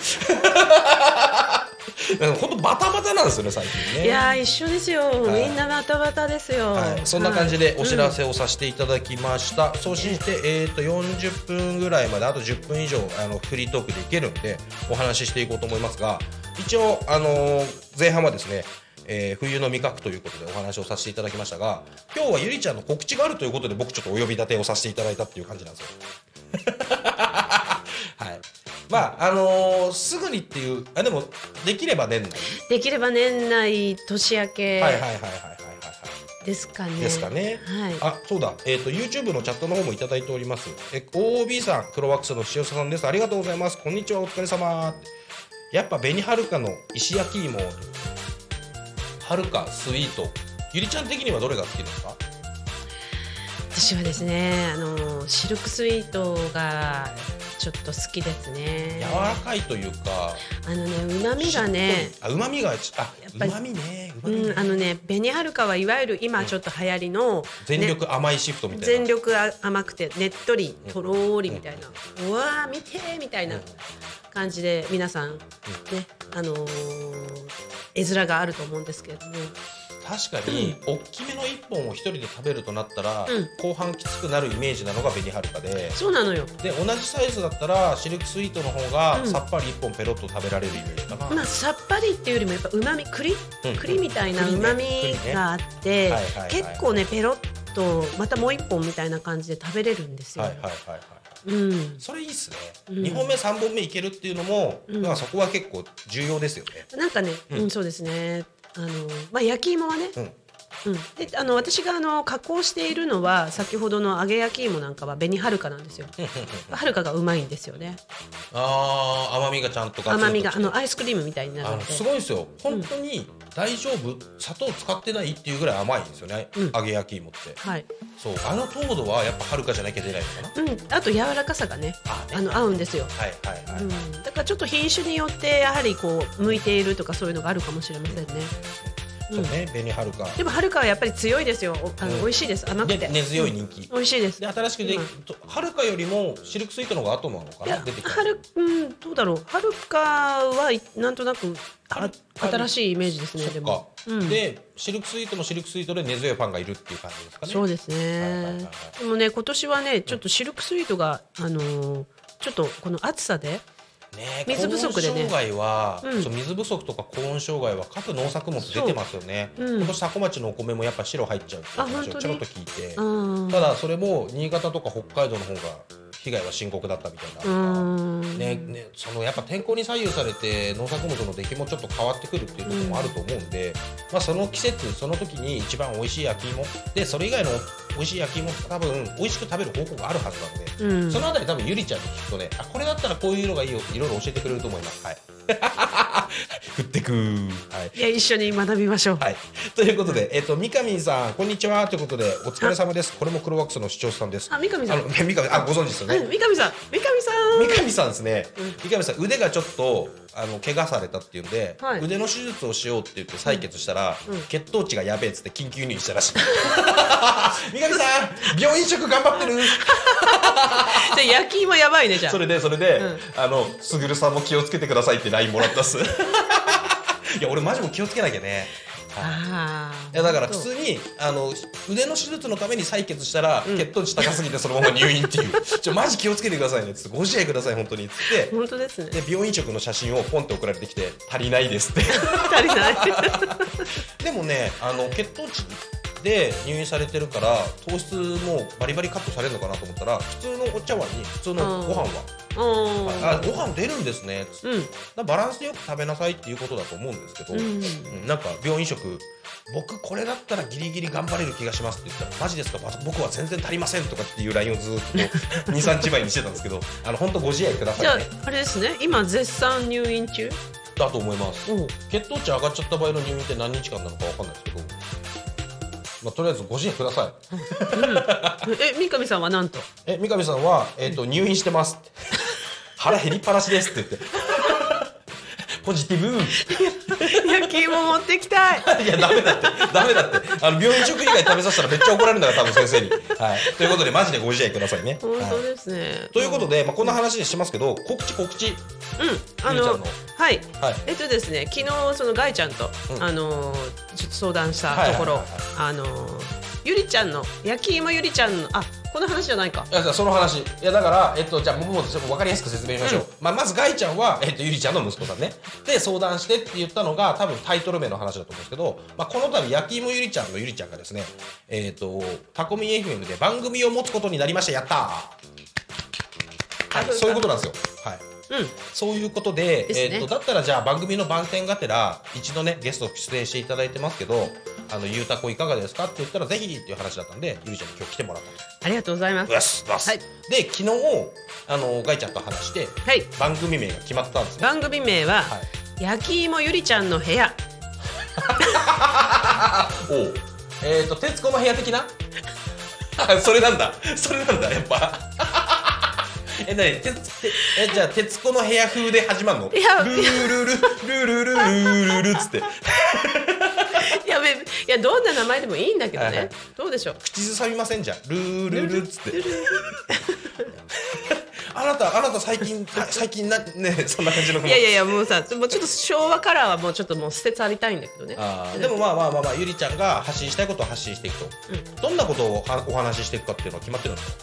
本当バタバタなんですよね最近ね。 いや一緒ですよ、はい、みんなバタバタですよ、 はい、そんな感じでお知らせをさせていただきました、うん、そうして、えー、とよんじゅっぷんぐらいまであとじゅっぷん以上あのフリートークでいけるんでお話ししていこうと思いますが、一応、あのー、前半はですね、えー、冬の味覚ということでお話をさせていただきましたが、今日はゆりちゃんの告知があるということで僕ちょっとお呼び立てをさせていただいたっていう感じなんですよはいまああのー、すぐにっていうあでもできれば年内できれば年内年明けはいはいはいはいはいですかねですかね、 はい、 あそうだ、えーと YouTube のチャットの方もいただいております。え オービー さん、クロワックスの塩さんです。ありがとうございます。こんにちは、お疲れ様。やっぱ紅はるかの石焼き芋、はるかスイート、ゆりちゃん的にはどれが好きですか？ 私はですね、あのシルクスイートがちょっと好きですね。 柔らかいというか、 あのね、うまみがね、 あ、うまみが、あ、やっぱりうまみね、うまみね、うん、あのね、 紅はるかはいわゆる今ちょっと流行りの、ね、 全力甘いシフトみたいな、 全力甘くてねっとりとろーりみたいな、うん、うわー見てーみたいな感じで皆さん、うん、ね、あのー、絵面があると思うんですけれども。 確かに、うん、大きめのいっぽんを一人で食べるとなったら、うん、後半きつくなるイメージなのが紅はるかで、 そうなのよ。 で同じサイズだったらシルクスイートの方がさっぱりいっぽんペロッと食べられるイメージかな、 うん、まあ、さっぱりっていうよりもやっぱうまみ、栗、うん、栗みたいなうまみがあって、結構ねペロッとまたもういっぽんみたいな感じで食べれるんですよ。はいはいはいはい、うん、それいいっすね、うん、にほんめさんぼんめいけるっていうのも、うん、まあ、そこは結構重要ですよね。 なんかね、うんうん、そうですね、あの、まあ、焼き芋はね、うん、うん、であの私があの加工しているのは先ほどの揚げ焼き芋なんかは紅はるかなんですよはるかがうまいんですよね。 あー、甘みがちゃんと甘みがあのアイスクリームみたいになるので、 すごいですよ本当に。大丈夫、砂糖使ってないっていうぐらい甘いんですよね、うん、揚げ焼き芋って、はい、そう、あの糖度はやっぱはるかじゃなきゃ出ないのかな、うん、 あと柔らかさがね、あね、あの合うんですよ、はいはいはい、うん、だからちょっと品種によってやはりこう向いているとかそういうのがあるかもしれませんね。 そうね、紅はるかでもはるかはやっぱり強いですよ。おあの、 うん美味しいです。甘くてで根強い人気、 美味しいです。 で新しくで今はるかよりもシルクスイートの方が後なのかいやな出てきたはるうんどうだろう。はるかはいなんとなくあ新しいイメージですね。でそっかも、うんでシルクスイートもシルクスイートで根強いファンがいるっていう感じですかね。 そうですはいはいはいねはい。 でもね今年はねちょっとシルクスイートがあのーちょっとこの暑さでね、 水不足でね高温障害は、 うんそう水不足とか高温障害は各農作物出てますよね。 そううん今年多古町のお米もやっぱ白入っちゃうっていうあ本当に話をちょろっと聞いて、 うんただそれも新潟とか北海道の方が被害は深刻だったみたいな。 うんねね、そのやっぱ天候に左右されて農作物の出来もちょっと変わってくるっていうところもあると思うんで、まあ、その季節その時に一番美味しい焼き芋でそれ以外の美味しい焼き芋多分美味しく食べる方法があるはずなので、 うんそのあたり多分ゆりちゃんに聞くとねあこれだったらこういう色がいいよっていろいろ教えてくれると思います。はい振ってくー、はいいや一緒に学びましょう。 はい、ということで、えっと、三上さん、こんにちはということで、お疲れ様です。これもクロワックスの視聴者さんです。 あ三上さんあの三上あ、ご存知ですよね。 うん三上さん三上さん三上さんですね。三上さん、腕がちょっと、あの、怪我されたっていうんで、 はい腕の手術をしようって言って採血したら、 うん血糖値がやべえっつって緊急入院したらしい。三上さん、病院食頑張ってる。 じゃあ焼き芋やばいねじゃあ。 それで、それで、 うんあの、すぐるさんも気をつけてくださいって ライン もらったっす。いや、俺マジも気をつけなきゃね。 ああ。 いやだから普通にあの腕の手術のために採血したら、血糖値高すぎてそのまま入院っていうちょマジ気をつけてくださいねっつってご自愛ください本当にっつって本当ですね。 で病院食の写真をポンって送られてきて足りないですって足りない。 でもねあの血糖値で入院されてるから糖質もバリバリカットされるのかなと思ったら普通のお茶碗に普通のご飯はおあご飯出るんですねっつって、 うんだからバランスよく食べなさいっていうことだと思うんですけど、 うんうんなんか病院食僕これだったらギリギリ頑張れる気がしますって言ったらマジですか僕は全然足りませんとかっていうラインをずっとにさんにちまえにしてたんですけどあの本当ご自愛くだじゃあさいねあれですね今絶賛入院中。 だと思いますおう血糖値上がっちゃった場合の入院って何日間なのかわかんないですけど、まあ、とりあえずご自愛くださいえ三上さんはなんと。 え三上さんは、えー、と入院してますって腹減りっぱなしですって言ってポジティブ焼き芋持ってきたい。 いやダメだってダメだってあの病院食以外食べさせたらめっちゃ怒られるんだから多分先生に、はい、ということでマジでご自愛くださいね。 本当はいですね。 ということで、まあ、こんな話しますけど告知告知うんあのゆりちゃんのはいはいえっとですね昨日そのガイちゃんとうんあのちょっと相談したところはいはいはいはいあのゆりちゃんの焼き芋ゆりちゃんのあこの話じゃないか。 いやじゃあその話いやだから、えっと、じゃあ僕もちょっと分かりやすく説明しましょう、まあ、まずガイちゃんは、えっと、ゆりちゃんの息子さんねで相談してって言ったのが多分タイトル名の話だと思うんですけど、まあ、この度焼き芋ゆりちゃんのゆりちゃんがですねえっとタコミン エフエム で番組を持つことになりましたやったー、はい、そういうことなんですよはいうんそういうことで、 ですねえー、とだったらじゃあ番組の番宣がてら一度ねゲスト出演していただいてますけどあのゆうたこいかがですかって言ったらぜひっていう話だったんでゆりちゃんに今日来てもらったとありがとうございます。 よしよし、 はいで昨日あのガイちゃんと話してはい番組名が決まったんですね番組名ははい焼き芋ゆりちゃんの部屋。 おうえっ、ー、と徹子の部屋的なそれなんだそれなんだやっぱえなにてつてえじゃあ徹子の部屋風で始まるのいやルールルルルルルルルルっつっていやべいやどんな名前でもいいんだけどね、 はいはいどうでしょう。 口ずさみませんじゃんルールルっつってあなたあなた最近最近なねそんな感じのいやいやいやもうさもうちょっと昭和カラーはもうちょっともう捨て去りたいんだけどね。 あーでもまあまあまあまあゆりちゃんが発信したいことを発信していくと、どんなことをはお話ししていくかっていうのは決まってるんですか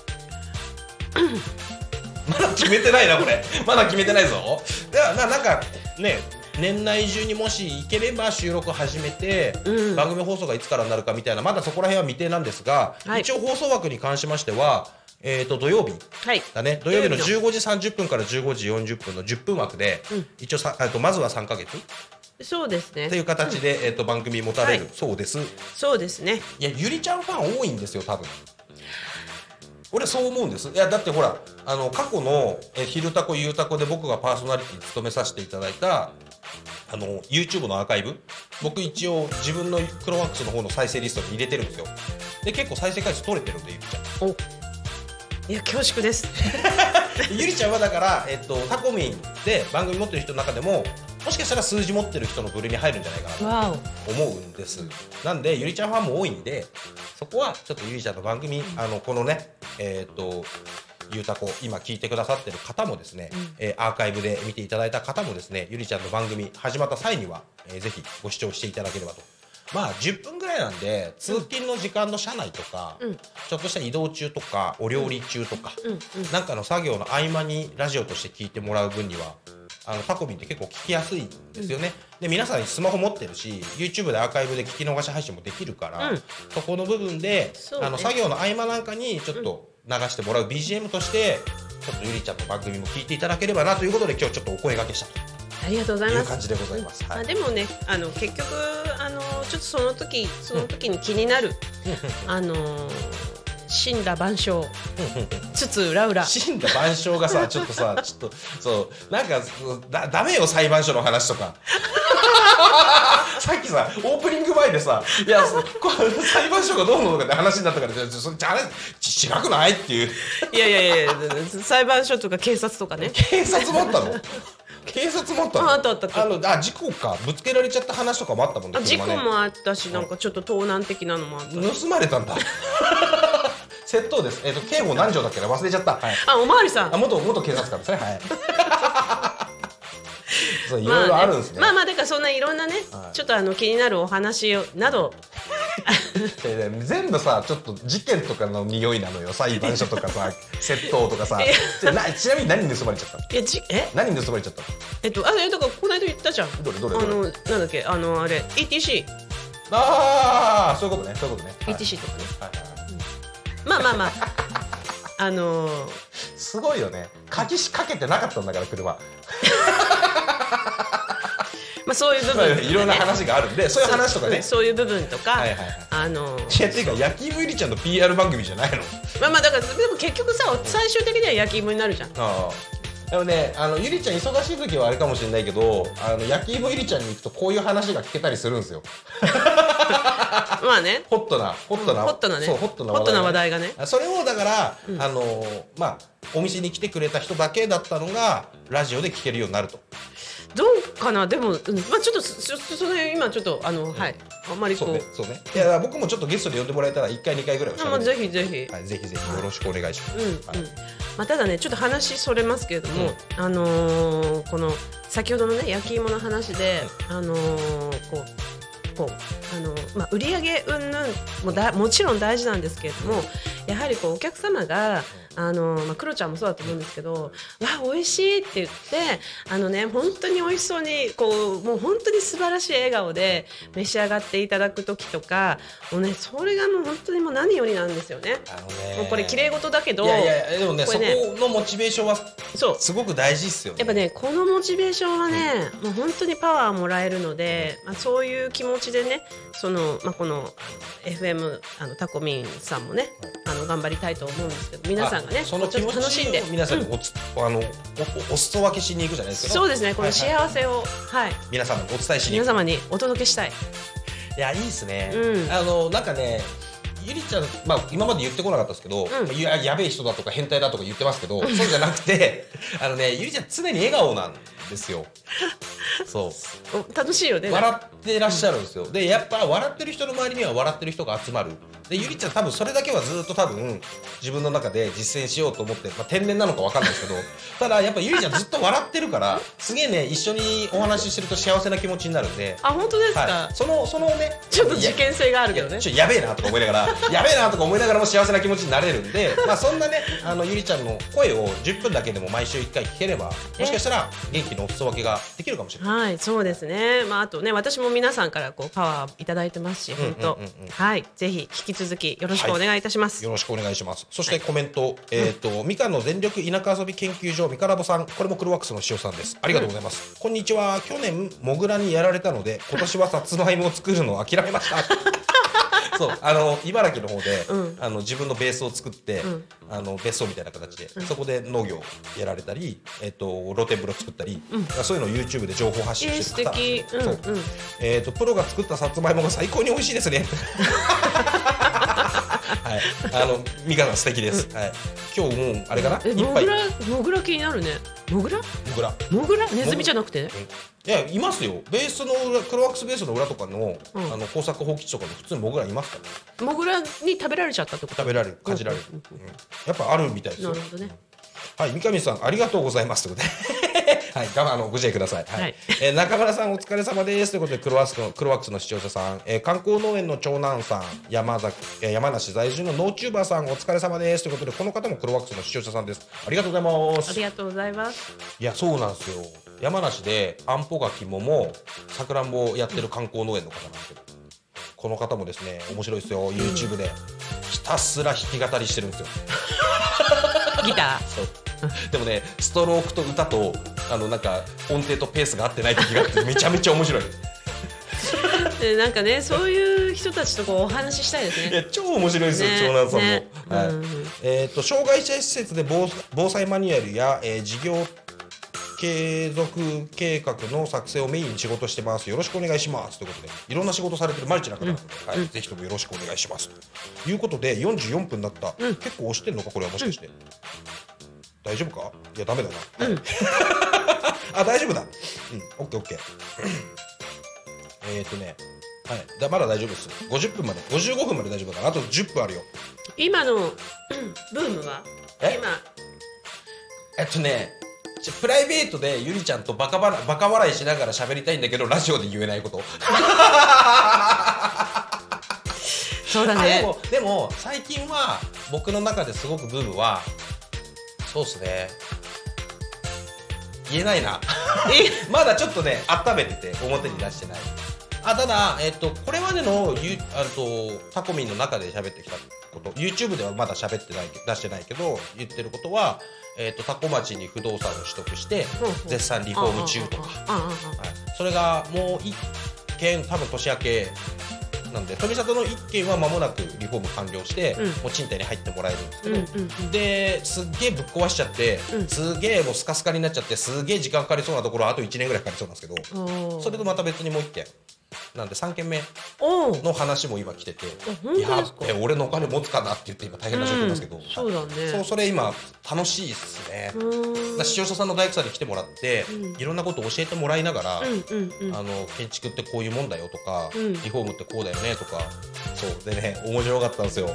まだ決めてないなこれまだ決めてないぞではななんかね年内中にもし行ければ収録始めて、 うん番組放送がいつからになるかみたいなまだそこら辺は未定なんですが、 はい一応放送枠に関しましてはえー、と土曜日はいだね土曜日の土曜日のじゅうごじさんじゅっぷんからじゅうごじよんじゅっぷんのじゅっぷん枠で、 うん一応さあとまずはさんかげつそうですねっていう形で、えー、と番組持たれる、 はいそうです。 そうですね。 いやゆりちゃんファン多いんですよ多分俺そう思うんです。いやだってほらあの過去の「え昼タコゆうタコ」で僕がパーソナリティ務めさせていただいたあの YouTube のアーカイブ僕一応自分のクロマックスの方の再生リストに入れてるんですよ。で結構再生回数取れてるんでゆりちゃんおいや恐縮です。 ゆりちゃんはだから、えっと、タコミンで番組持ってる人の中でももしかしたら数字持ってる人の部類に入るんじゃないかなとわ思うんです。なんでゆりちゃんファンも多いんで、そこはちょっとゆりちゃんの番組、あのこのねえっとゆうたこ今聞いてくださってる方もですね、うん、えー、アーカイブで見ていただいた方もですね、ゆりちゃんの番組始まった際には、えー、ぜひご視聴していただければと。まあじゅっぷんぐらいなんで、通勤の時間の車内とか、うん、ちょっとした移動中とかお料理中とか、うんうんうん、なんかの作業の合間にラジオとして聞いてもらう分には、あのタコミンって結構聞きやすいんですよね、うん、で皆さんスマホ持ってるし YouTube でアーカイブで聞き逃し配信もできるから、うん、そこの部分で、ね、あの作業の合間なんかにちょっと流してもらう ビージーエム としてちょっとゆりちゃんの番組も聞いていただければなということで、今日ちょっとお声掛けしたとありがとうございます。 いう感じでございます。はい、 あでもね、あの結局あのちょっとその時その時に気になるあの神羅万象つつ裏裏神羅万象がさちょっとさちょっとそうなんかだダメよ裁判所の話とかさっきさオープニング前でさいやこ裁判所がどうのとかって話になったからじゃあ違くないっていういやいやいや裁判所とか警察とかね警察もあったの警察もあったのあ, あったあったあのあ事故かぶつけられちゃった話とかもあったもんね。 事故もあったし、なんかちょっと盗難的なのもあった。 盗まれたんだ窃盗です。えっ、ー、と刑法何条だっけな忘れちゃった。はい、 あおまわりさん。 あ元元警察官ですね。はい。そういろいろあるんですね。 まあ、ね、まあまあだからそんないろんなね、はい、ちょっとあの気になるお話をなど全部さちょっと事件とかの匂いなのよ。裁判所とかさ窃盗とかさなちなみに何盗まれちゃったの？ いやじえ何盗まれちゃったの？ えっとあれだからこの間言ったじゃん。 どれどれどれあのなんだっけあのあれ イーティーシーああそういうことねそういうことねイーティーシー とかね、 はいはいはい、 うん、まあまあまああのー、 すごいよね。鍵しかけてなかったんだから車まあそういう部分、ね、 いろんな話があるんでそういう話とかねそ, そういう部分とか、はいはいはい、あのー、いやっていうか焼き芋ゆりちゃんの ピーアール 番組じゃないの？ まあまあだからでも結局さ最終的には焼き芋になるじゃん。 あでもねあのゆりちゃん忙しい時はあれかもしれないけどあの焼き芋ゆりちゃんに行くとこういう話が聞けたりするんですよまあねホットなホットな、 うん、ホットなねそうホットな話題がね、話題がねそれをだから、うん、あのまあお店に来てくれた人だけだったのがラジオで聞けるようになると。 どうかなでも、うん、まあちょっとそその今ちょっとあの、うん、はいあんまりこうそうねそうねいや僕もちょっとゲストで呼んでもらえたらいっかいにかいぐらいはしゃべる。 ぜひぜひ、 はい、ぜひぜひよろしくお願いします。 うんはいうんまあ、ただねちょっと話それますけれども、うん、あのー、この先ほどのね焼き芋の話で、あのー、こうこうあのーまあ、売り上げ云々もだもちろん大事なんですけれども、やはりこうお客様があのーまあ、クロちゃんもそうだと思うんですけど、わ美味しいって言ってあのね本当に美味しそうにこうもう本当に素晴らしい笑顔で召し上がっていただく時とかもうねそれがもう本当にもう何よりなんですよね。 あのねもうこれ綺麗事だけどいやいやでも ね, これねそこのモチベーションはそうすごく大事ですよね。 やっぱねこのモチベーションはね、うん、もう本当にパワーもらえるので、まあ、そういう気持ちでねその、まあ、この エフエム あのタコミンさんもねあの頑張りたいと思うんですけど皆さんがねその気持ち楽しんで皆さんにおつ、うん、あの お, お裾分けしに行くじゃないですか。 そうですねこの幸せを、はいはい、 皆様にお伝えしに行く皆様にお届けしたい。 いやいいですね、 うん、 あのなんかねゆりちゃん、まあ、今まで言ってこなかったですけど、うん、や, やべえ人だとか変態だとか言ってますけど、うん、そうじゃなくてあのねゆりちゃん常に笑顔なんですよ。そう楽しいよね。 笑ってらっしゃるんですよ。でやっぱ笑ってる人の周りには笑ってる人が集まる。でゆりちゃん多分それだけはずっと多分自分の中で実践しようと思って、まあ、天然なのか分かんないですけどただやっぱゆりちゃんずっと笑ってるからすげえね一緒にお話ししてると幸せな気持ちになるんで。 あ本当ですか、 はい、そのそのねちょっと事件性があるけどねちょっとやべえなとか思いながらやべえなとか思いながらも幸せな気持ちになれるんでまあそんなねあのゆりちゃんの声をじゅっぷんだけでも毎週いっかい聞ければもしかしたら元気のお裾分けができるかもしれない。 はいそうですね。まああとね私も皆さんからこうパワーいただいてますし本当、うんうんうんうん、はいぜひ引き続きよろしくお願いいたします、 はい、よろしくお願いします。そしてコメント、はい、えっ、ー、と、うん、みかんの全力田舎遊び研究所みかラボさんこれもクロワックスの塩さんです。ありがとうございます、うん、こんにちは。去年モグラにやられたので今年はさつまいもを作るのを諦めましたそうあの茨城の方で、うん、あの自分のベースを作って、うん、あの別荘みたいな形で、うん、そこで農業やられたり、えー、と露天風呂作ったり、うん、そういうのを YouTube で情報発信してる方、 えー、素敵、うんうんえー、とプロが作ったさつまいもが最高に美味しいですねははい、あのミカさん素敵です、はい、今日もうあれかな、 えいっぱいモグラモグラ気になるね。モグラモグラモグラネズミじゃなくて、 いやいますよ。ベースの裏、クロワックスベースの裏とかの、 うん、 あの工作放棄地とかで普通にモグラいますから。 モグラに食べられちゃったってこと？ 食べられる、かじられる、うんうん、やっぱあるみたいですよ。 なるほどね。 はい、三上さんありがとうございますということではい、あのご自愛ください。はい、 はい、 えー、中村さんお疲れ様ですということで、クロワックスのクロワックスの視聴者さん、えー、観光農園の長男さん、山崎、えー、山梨在住のノーチューバーさんお疲れ様ですということで、この方もクロワックスの視聴者さんです。ありがとうございます。 ありがとうございます。 いやそうなんですよ。山梨であんぽ柿桃さくらんぼをやってる観光農園の方なんですけど、この方もですね面白いですよ。 YouTube でひたすら弾き語りしてるんですよギターそうでもねストロークと歌とあのなんか音程とペースが合ってない時があってめちゃめちゃ面白いでなんかねそういう人たちとこうお話ししたいですね。 いや超面白いですよ、 ね、 長男さんも、 ねはい、うん、えーと障害者施設で 防, 防災マニュアルや、えー、事業継続計画の作成をメインに仕事してます。よろしくお願いしますということで、いろんな仕事されてるマルチな方なので、うん、はい、うん、ぜひともよろしくお願いしますということでよんじゅうよんぷんだった、うん、結構押してんのかこれはもしかして、うん、大丈夫か？いやダメだな、うん、あ大丈夫だ、うん、オッケーオッケーえっとねはい、だまだ大丈夫です。ごじゅっぷんまでごじゅうごふんまで大丈夫だからあとじゅっぷんあるよ。 今のブームはえ今えっとねプライベートでゆりちゃんとバカバラバカ笑いしながら喋りたいんだけどラジオで言えないことそうだね。 でもでも最近は僕の中ですごくブームはそうっすね言えないなまだちょっとね温めてて表に出してない。あただ、えっと、これまでのゆあとタコミンの中で喋ってきたこと YouTube ではまだ喋ってない出してないけど言ってることは、えっと、タコ町に不動産を取得して絶賛リフォーム中とか、はい、それがもういっけん多分年明けなんで富里のいっけんは間もなくリフォーム完了して、うん、もう賃貸に入ってもらえるんですけど、うんうんうん、ですっげえぶっ壊しちゃって、うん、すげえもうスカスカになっちゃってすげえ時間かかりそうなところはあといちねんぐらいかかりそうなんですけど、それとまた別にもういっけんなんでさんけんめの話も今来てて、いやえ俺のお金持つかなって言って今大変な状況なんですけど、うん、 そうだね。 そうそれ今楽しいっすね。視聴者さんの大工さんに来てもらって、うん、いろんなことを教えてもらいながら、うんうんうん、あの建築ってこういうもんだよとか、うん、リフォームってこうだよねとか、そうでね面白かったんですよ。うん、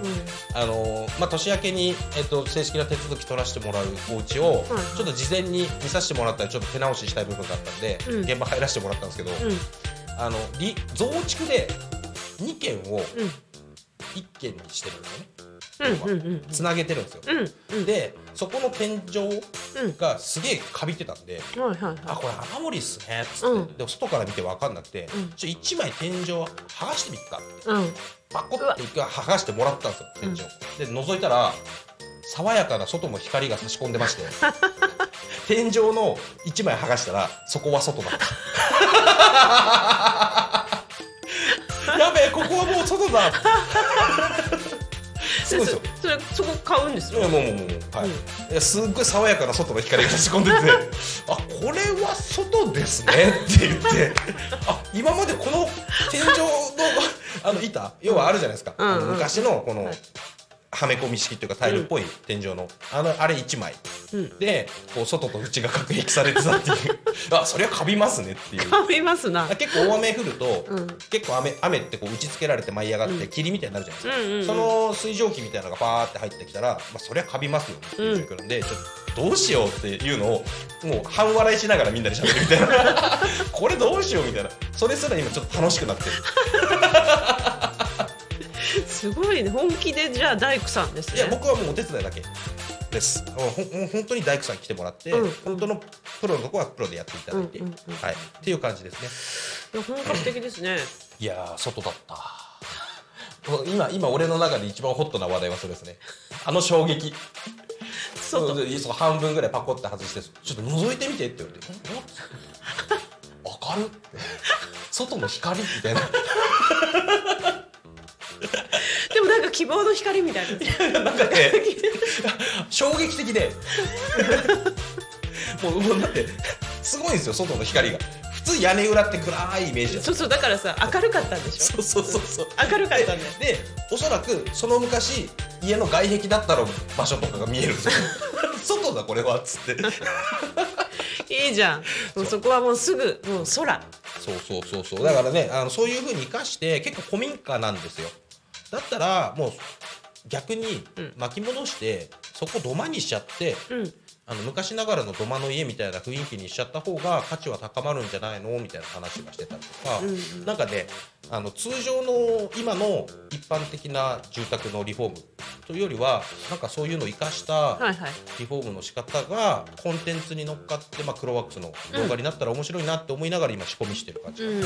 あのまあ年明けにえっと正式な手続き取らせてもらうお家を、うん、ちょっと事前に見させてもらったらちょっと手直ししたい部分があったんで、うん、現場入らせてもらったんですけど。うんあの増築でにけんをいっけんにしてるんですよね。つなげてるんですよ、うんうん、でそこの天井がすげえカビてたんで、うん、あこれ雨漏りっすねっつって、うん、でも外から見て分かんなくて、うん、ちょいちまい天井剥がしてみっかって、うん、パコって一回剥がしてもらったんですよ天井、うん、で覗いたら爽やかな外の光が差し込んでまして天井のいちまい剥がしたらそこは外だったやべえここはもう外だすごいですよ。 それそこ買うんですよ。 いやもうもうもう、はい、うん、いやすっごい爽やかな外の光が差し込んでてあこれは外ですねって言ってあ今までこの天井のあの板要はあるじゃないですか、うんうん、あの昔のこの、はい、はめ込み式というかタイルっぽい天井の、うん、あのあれいちまい、うん、でこう外と内が隔壁されてたっていうあそりゃカビますねっていうカビますな。 結構大雨降ると、うん、結構 雨, 雨ってこう打ち付けられて舞い上がって、うん、霧みたいになるじゃないですか、うんうんうん、その水蒸気みたいなのがパーって入ってきたら、まあ、そりゃカビますよっていう状況なんで、うん、ちょっとどうしようっていうのをもう半笑いしながらみんなで喋るみたいなこれどうしようみたいなそれすら今ちょっと楽しくなってるすごいね本気でじゃあ大工さんですね。 いや僕はもうお手伝いだけですほほ本当に大工さん来てもらって、うん、本当のプロのとこはプロでやっていただいて、うんうんうん、はい、っていう感じですね。いや本格的ですね。 いや外だった今今俺の中で一番ホットな話題はそれですね。あの衝撃外そう半分ぐらいパコって外してちょっと覗いてみてって言われて明るって外の光みたいなでもなんか希望の光みたいななんかね衝撃的でもう、もうだってすごいんですよ外の光が。普通屋根裏って暗いイメージだ。 そうそうだからさ明るかったんでしょ。 そうそうそうそう。 明るかったんだよ。 で、おそらくその昔家の外壁だったら場所とかが見えるんですよ。外だこれはっつって。 いいじゃん。もうそこはもうすぐもう空。 そうそうそうそう。だからね、あのそういう風に生かして結構古民家なんですよ。だったらもう逆に巻き戻して、うん、そこ土間にしちゃって、うん、あの昔ながらの土間の家みたいな雰囲気にしちゃった方が価値は高まるんじゃないのみたいな話がしてたりとか、うんうん、なんかねあの通常の今の一般的な住宅のリフォームというよりはなんかそういうのを生かしたリフォームの仕方がコンテンツに乗っかって、まあ、クロワックスの動画になったら面白いなって思いながら今仕込みしてる感じ、うんうん、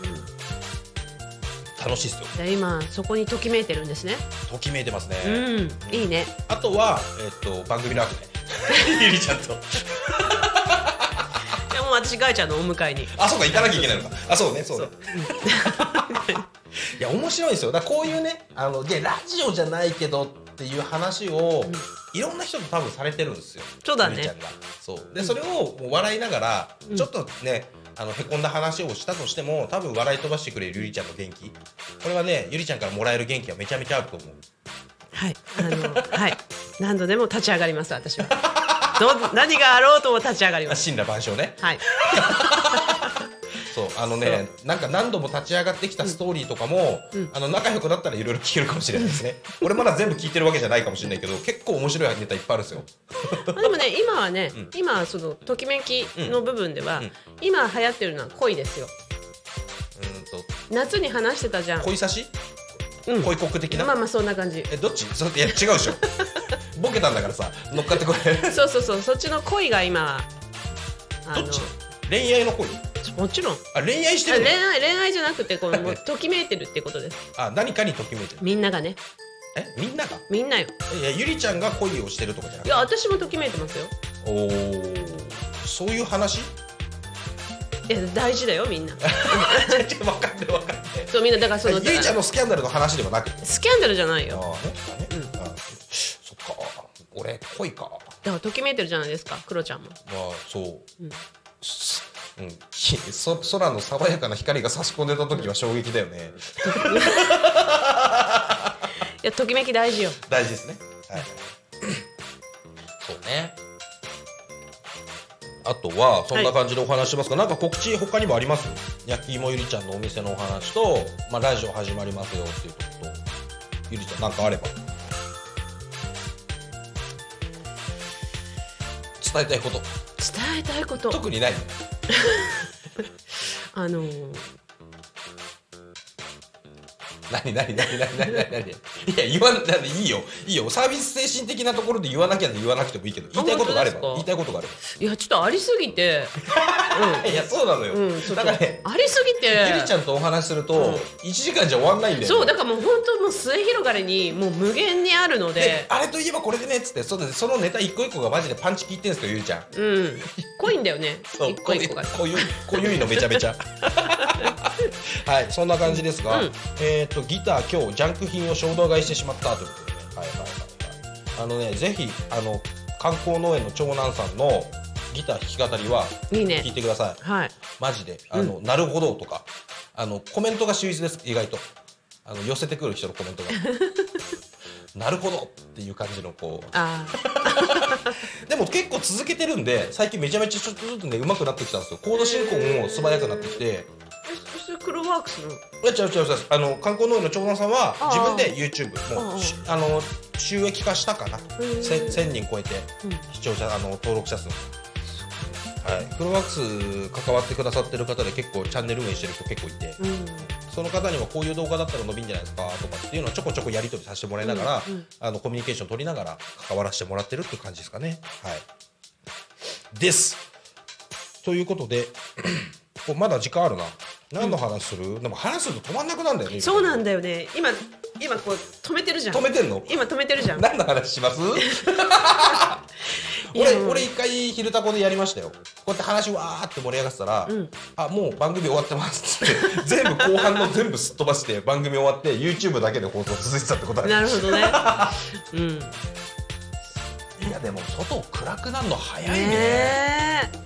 楽しいですよ。 今そこにときめいてるんですね。 ときめいてますね、 うん、いいね。 あとは、えー、と番組の後ねゆりちゃんといやもう私ガイちゃんのお迎えにあそうか行かなきゃいけないのかあそうねそうねいや面白いですよ。だからこういうねあのでラジオじゃないけどっていう話を、うん、いろんな人と多分されてるんですよ。 そうだね。 ゆりちゃんがそうで、うん、それをもう笑いながら、うん、ちょっとねあのへこんだ話をしたとしても多分笑い飛ばしてくれるゆりちゃんの元気、これはねゆりちゃんからもらえる元気はめちゃめちゃあると思う。 はいあのはい何度でも立ち上がります私は。ど何があろうとも立ち上がります。 神羅万象ね。 はいそうあのねなんか何度も立ち上がってきたストーリーとかも、うん、あの仲良くなったらいろいろ聞けるかもしれないですね。俺まだ全部聞いてるわけじゃないかもしれないけど結構面白いネタいっぱいあるんですよ。 でもね今はね、うん、今そのときめきの部分では、うんうん、今流行ってるのは恋ですよ。うんと夏に話してたじゃん。 恋差し、うん、恋国的な。 まあまあそんな感じ。 えどっち？そいや違うでしょ。ボケたんだからさ乗っかってこれ。 そうそうそうそっちの恋が今あのどっち？恋愛の恋？ もちろん。 あ恋愛してるの？ 恋愛恋愛じゃなくてこのもうときめいてるってことです。 あ何かにときめいてる。 みんながね。 えみんなが？ みんなよ。 いやゆりちゃんが恋をしてるとかじゃなくて。 いや私もときめいてますよ。 おおそういう話？ いや大事だよみんな。 ちょっと分かんない分かんない。 そうみんなだからそのゆりちゃんのスキャンダルの話ではなくて。 スキャンダルじゃないよ。 あね、うん、あそっか俺恋か。 だからときめいてるじゃないですかクロちゃんも。 まあそう。うん。うん、そ空の爽やかな光が差し込んでた時は衝撃だよね。 いやときめき大事よ。 大事ですね。はい。そうね。あとはそんな感じでお話しますか、はい、なんか告知他にもあります？焼き芋ゆりちゃんのお店のお話と、まあ、ラジオ始まりますよっていうこととゆりちゃんなんかあれば伝えたいこと。 伝えたいこと特にないあのー何何何何何何何いや言わんなんでいいよいいよサービス精神的なところで言わなきゃ言わなくてもいいけど言いたいことがあれば言いたいことがあればいやちょっとありすぎて、 うん、いやそうなのよ、うん、だからねありすぎてゆりちゃんとお話しすると、うん、いちじかんじゃ終わんないんだよ、ね、 そうだからもう本当もう末広がりにもう無限にあるので、であれといえばこれでねっつってそ の, そのネタ一個一個がマジでパンチ効いてんすかゆりちゃん。 うん濃いんだよね一個一個が濃ゆいのめちゃめちゃはいそんな感じですが、うん、えっ、ー、とギター今日ジャンク品を衝動買いしてしまったということで、はいはいはいはい、あのねぜひあの観光農園の長男さんのギター弾き語りはいいね聞いてください。 はいマジであの、うん、なるほどとかあのコメントが秀逸です意外とあの寄せてくる人のコメントがなるほどっていう感じのこうあでも結構続けてるんで最近めちゃめちゃちょっとずつね上手くなってきたんですよ。コード進行も素早くなってきて。 それクロワークスの？ いや違う違う違うあの観光農園の長男さんは自分で YouTube もうあの収益化したかなせんにん超えて視聴者あの登録者数、はい、クロワークス関わってくださってる方で結構チャンネル運営してる人結構いて、うん、その方にはこういう動画だったら伸びんじゃないですかとかっていうのをちょこちょこやり取りさせてもらいながら、うんうん、あのコミュニケーション取りながら関わらせてもらってるっていう感じですかね。はいですということでまだ時間あるな。何の話する、うん、でも話すると止まんなくなるんだよね。 そうなんだよね。今今こう止めてるじゃん。 止めてんの？ 今止めてるじゃん。 何の話します俺俺一回昼タコでやりましたよ。こうやって話わーって盛り上がってたら、うん、あもう番組終わってますって全部後半の全部すっ飛ばして番組終わって YouTube だけで放送続いてたってことある。 なるほどね。うん。 いやでも外暗くなるの早いね。 ね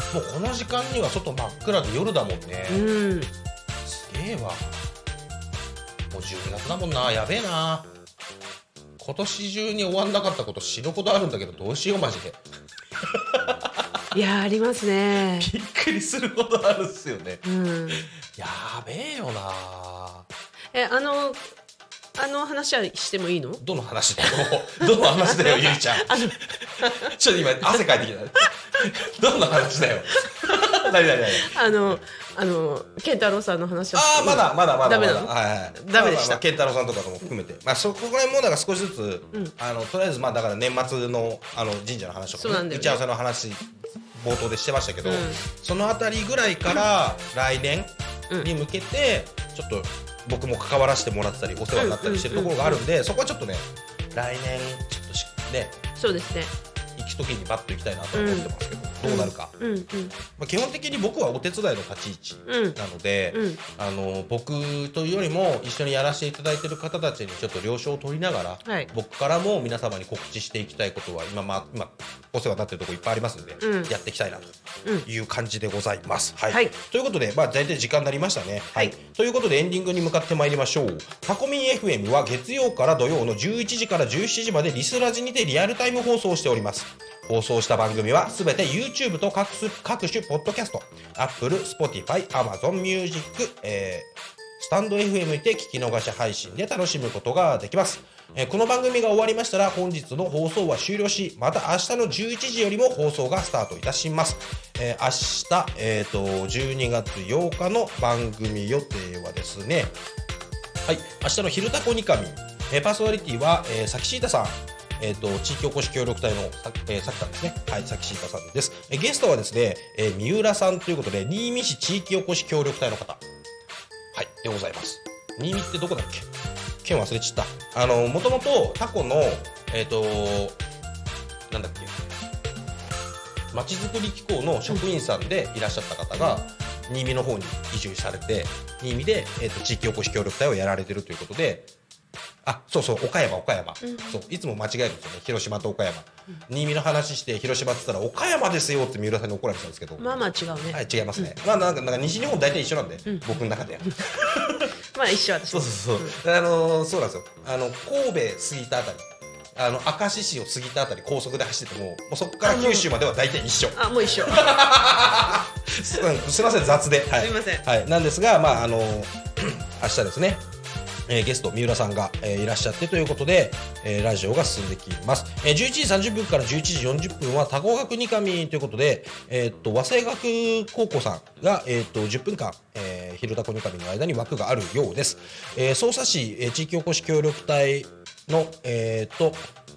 もうこの時間には外真っ暗で夜だもんね、 うん、 すげえわ。もうじゅうにがつだもんな。やべえな。今年中に終わんなかったこと死ぬほどあるんだけど、どうしようマジで。 いやありますね。 びっくりするほどあるっすよね、 うん、 やべえよな。 えあのあの話はしてもいいの？ どの話だよどの話だよゆりちゃんちょっと今汗かいてきたどんな話だよ何何何あのあの健太郎さんの話はああまだまだまだダメなの？ はいはい、 ダメでした。 健太郎さんとかも含めて、まあそこら辺もだから少しずつ、うん、あのとりあえずまあだから年末のあの神社の話とか、ね、打ち合わせの話冒頭でしてましたけど、うん、そのあたりぐらいから来年に向けてちょっと僕も関わらせてもらってたりお世話になったりしてるところがあるんで、そこはちょっとね来年ちょっとしねそうですね行く時にバッと行きたいなと思ってますけど、うん、どうなるか、 うんうんまあ、基本的に僕はお手伝いの立ち位置なので、うんうん、あの僕というよりも一緒にやらせていただいている方たちにちょっと了承を取りながら、はい、僕からも皆様に告知していきたいことは今、まあ、今お世話になっているところいっぱいありますので、うん、やっていきたいなという感じでございます、はいはい、ということで、まあ、大体時間になりましたね、はいはい、ということでエンディングに向かってまいりましょう。タコミン エフエム は月曜から土曜のじゅういちじからじゅうしちじまでリスラジにてリアルタイム放送しております。放送した番組はすべて YouTube と 各, 各種ポッドキャスト Apple、Spotify、Amazon Music、えー、スタンド エフエム にて聞き逃し配信で楽しむことができます、えー、この番組が終わりましたら本日の放送は終了し、また明日のじゅういちじよりも放送がスタートいたします、えー、明日、えー、とじゅうにがつようかの番組予定はですね、はい、明日の昼タコニカミン、えー、パーソナリティは、えー、サキシータさん、えー、と地域おこし協力隊のさ、えー、さきさんですね。はい、さきしーたさんです。えー、ゲストはですね、えー、三浦さんということで新見市地域おこし協力隊の方、はいでございます。新見ってどこだっけ？県忘れちゃった。あのもともとタコのえっ、ー、となんだっけまちづくり機構の職員さんでいらっしゃった方が、うん、新見の方に移住されて新見で、えー、と地域おこし協力隊をやられてるということで。あ、そうそう、岡山、岡山、うん、そう、いつも間違えるんですよね、広島と岡山、うん、新見の話して広島って言ったら岡山ですよって三浦さんに怒られてたんですけど、 まあまあ違うね、 はい、違いますね、うん、まあなんか、なんか西日本大体一緒なんで、うん、僕の中ではまあ一緒はそうそうそう、うん、あのー、そうなんですよ、あの神戸過ぎたあたり、あの明石市を過ぎたあたり高速で走ってても、もうそこから九州までは大体一緒。 あ、もう一緒す, すいません雑で、はい、 すいません、 はい、なんですが、まああのー、明日ですね、えー、ゲスト三浦さんが、えー、いらっしゃってということで、えー、ラジオが進んできます、えー、じゅういちじさんじゅっぷんからじゅういちじよんじゅっぷんはタコ学ニカミということで、えー、っと和製学高校さんが、えー、っとじゅっぷんかん、えー、昼タコニカミの間に枠があるようです、えー、匝瑳市、えー、地域おこし協力隊のえー、っと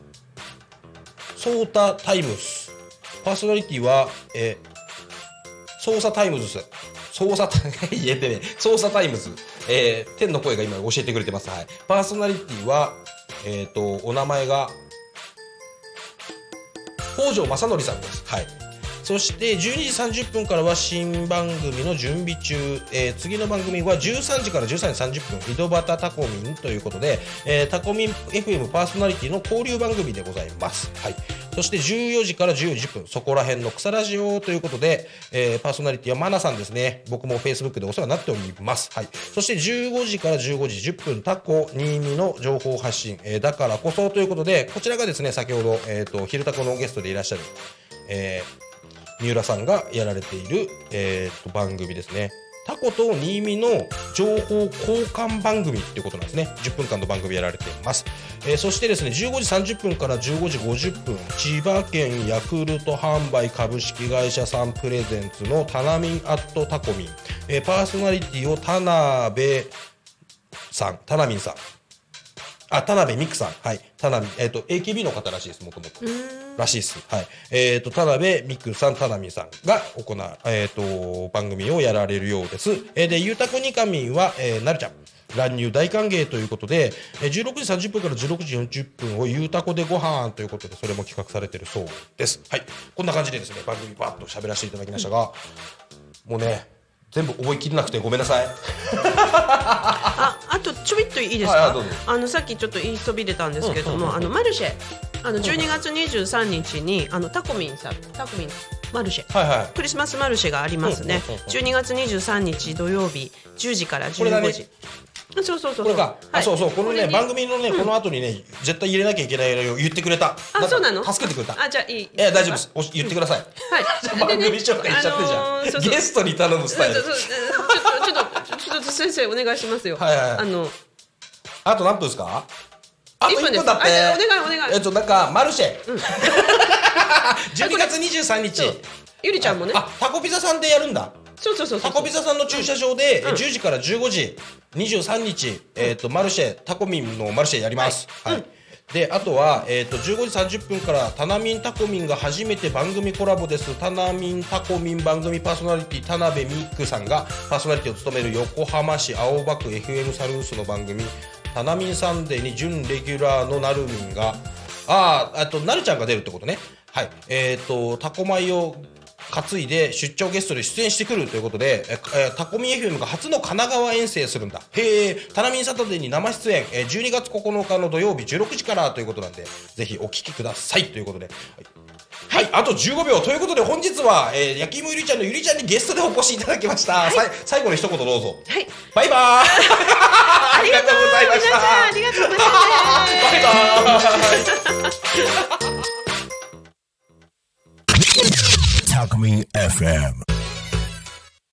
ソータタイムスパーソナリティは、えー、ソーサタイムズス操作言えてね操作タイムズ、えー、天の声が今教えてくれてます、はい、パーソナリティはえっ、ー、とお名前が北条正則さんです、はい、そしてじゅうにじさんじゅっぷんからは新番組の準備中、えー、次の番組はじゅうさんじからじゅうさんじさんじゅっぷん井戸端タコミンということで、えー、タコミン エフエム パーソナリティの交流番組でございます、はい、そしてじゅうよじからじゅうよじじゅっぷんそこら辺の草ラジオということで、えー、パーソナリティはマナさんですね。僕も Facebook でお世話になっております、はい、そしてじゅうごじからじゅうごじじゅっぷんタコ新見の情報発信、えー、だからこそということで、こちらがですね先ほど、えー、と昼タコのゲストでいらっしゃる、えー、三浦さんがやられている、えー、と番組ですね。タコと新見の情報交換番組っていうことなんですね。じゅっぷんかんの番組やられています、えー、そしてですねじゅうごじさんじゅっぷんからじゅうごじごじゅっぷん千葉県ヤクルト販売株式会社さんプレゼンツのタナミンアットタコミン、えー、パーソナリティを田辺さんタナミンさんあ、田辺美久さん、はい、田辺、えっ、ー、と、エーケービー の方らしいです、もともと。らしいです。はい。えっ、ー、と、田辺美久さん、田辺さんが行う、えっ、ー、と、番組をやられるようです。えー、で、ゆうたこにかみんは、えー、なるちゃん。乱入大歓迎ということで、じゅうろくじさんじゅっぷんからじゅうろくじよんじゅっぷんをゆうたこでご飯ということで、それも企画されているそうです。はい。こんな感じでですね、番組バッと喋らせていただきましたが、もうね、全部覚えきれなくてごめんなさいあ, あとちょびっといいですか、 はい、 あのさっきちょっと言いそびれたんですけども、うんうんうんうん、あのマルシェあのじゅうにがつにじゅうさんにちにあのタコミンさんタコミンマルシェ、 はいはい。 クリスマスマルシェがありますね、 うんうんうんうんじゅうにがつにじゅうさんにち土曜日じゅうじからじゅうこれだねごじ、あそうそうそうそうこれか、 はあいそうそうこのねこれに番組のね、この後にね絶対入れなきゃいけないのを言ってくれた。 あそうなの助けてくれた。 あじゃあいいえ大丈夫です。お言ってください。 はい番組紹介しちゃってじゃん、 あのーそうそうゲストに頼むスタイル。 そうそうちょっとちょっとちょっと先生お願いしますよ。 はいはいはいあのあと何分ですか？あといっぷんですいっぷんだって。 あじゃあお願いお願いえっとなんかマルシェ、じゅうにがつにじゅうさんにち、 そうゆりちゃんもねあタコピザさんでやるんだ。 そうそうそうそうタコピザさんの駐車場で、 うんじゅうじからじゅうごじにじゅうさんにち、えー、とマルシェタコミンのマルシェやります、はいうんであとは、えー、とじゅうごじさんじゅっぷんからタナミンタコミンが初めて番組コラボです。タナミンタコミン番組パーソナリティ田辺美久さんがパーソナリティを務める横浜市青葉区 エフエム サルースの番組タナミンサンデーに準レギュラーのなるみんがああとなるちゃんが出るってことね。はいえっ、とタコ米を担いで出張ゲストで出演してくるということで、ええタコミン エフエム が初の神奈川遠征するんだ。へえ、タナミンサタデーに生出演、えじゅうにがつここのかの土曜日じゅうろくじからということなんで、ぜひお聞きくださいということで。はい、はい、あとじゅうごびょうということで本日は、えー、焼き芋ゆりちゃんのゆりちゃんにゲストでお越しいただきました。はい、さい最後の一言どうぞ。 はいバイバーイ。ありがとうございました。 ありがとうございました。 バイバーイ。 Talk Me エフエム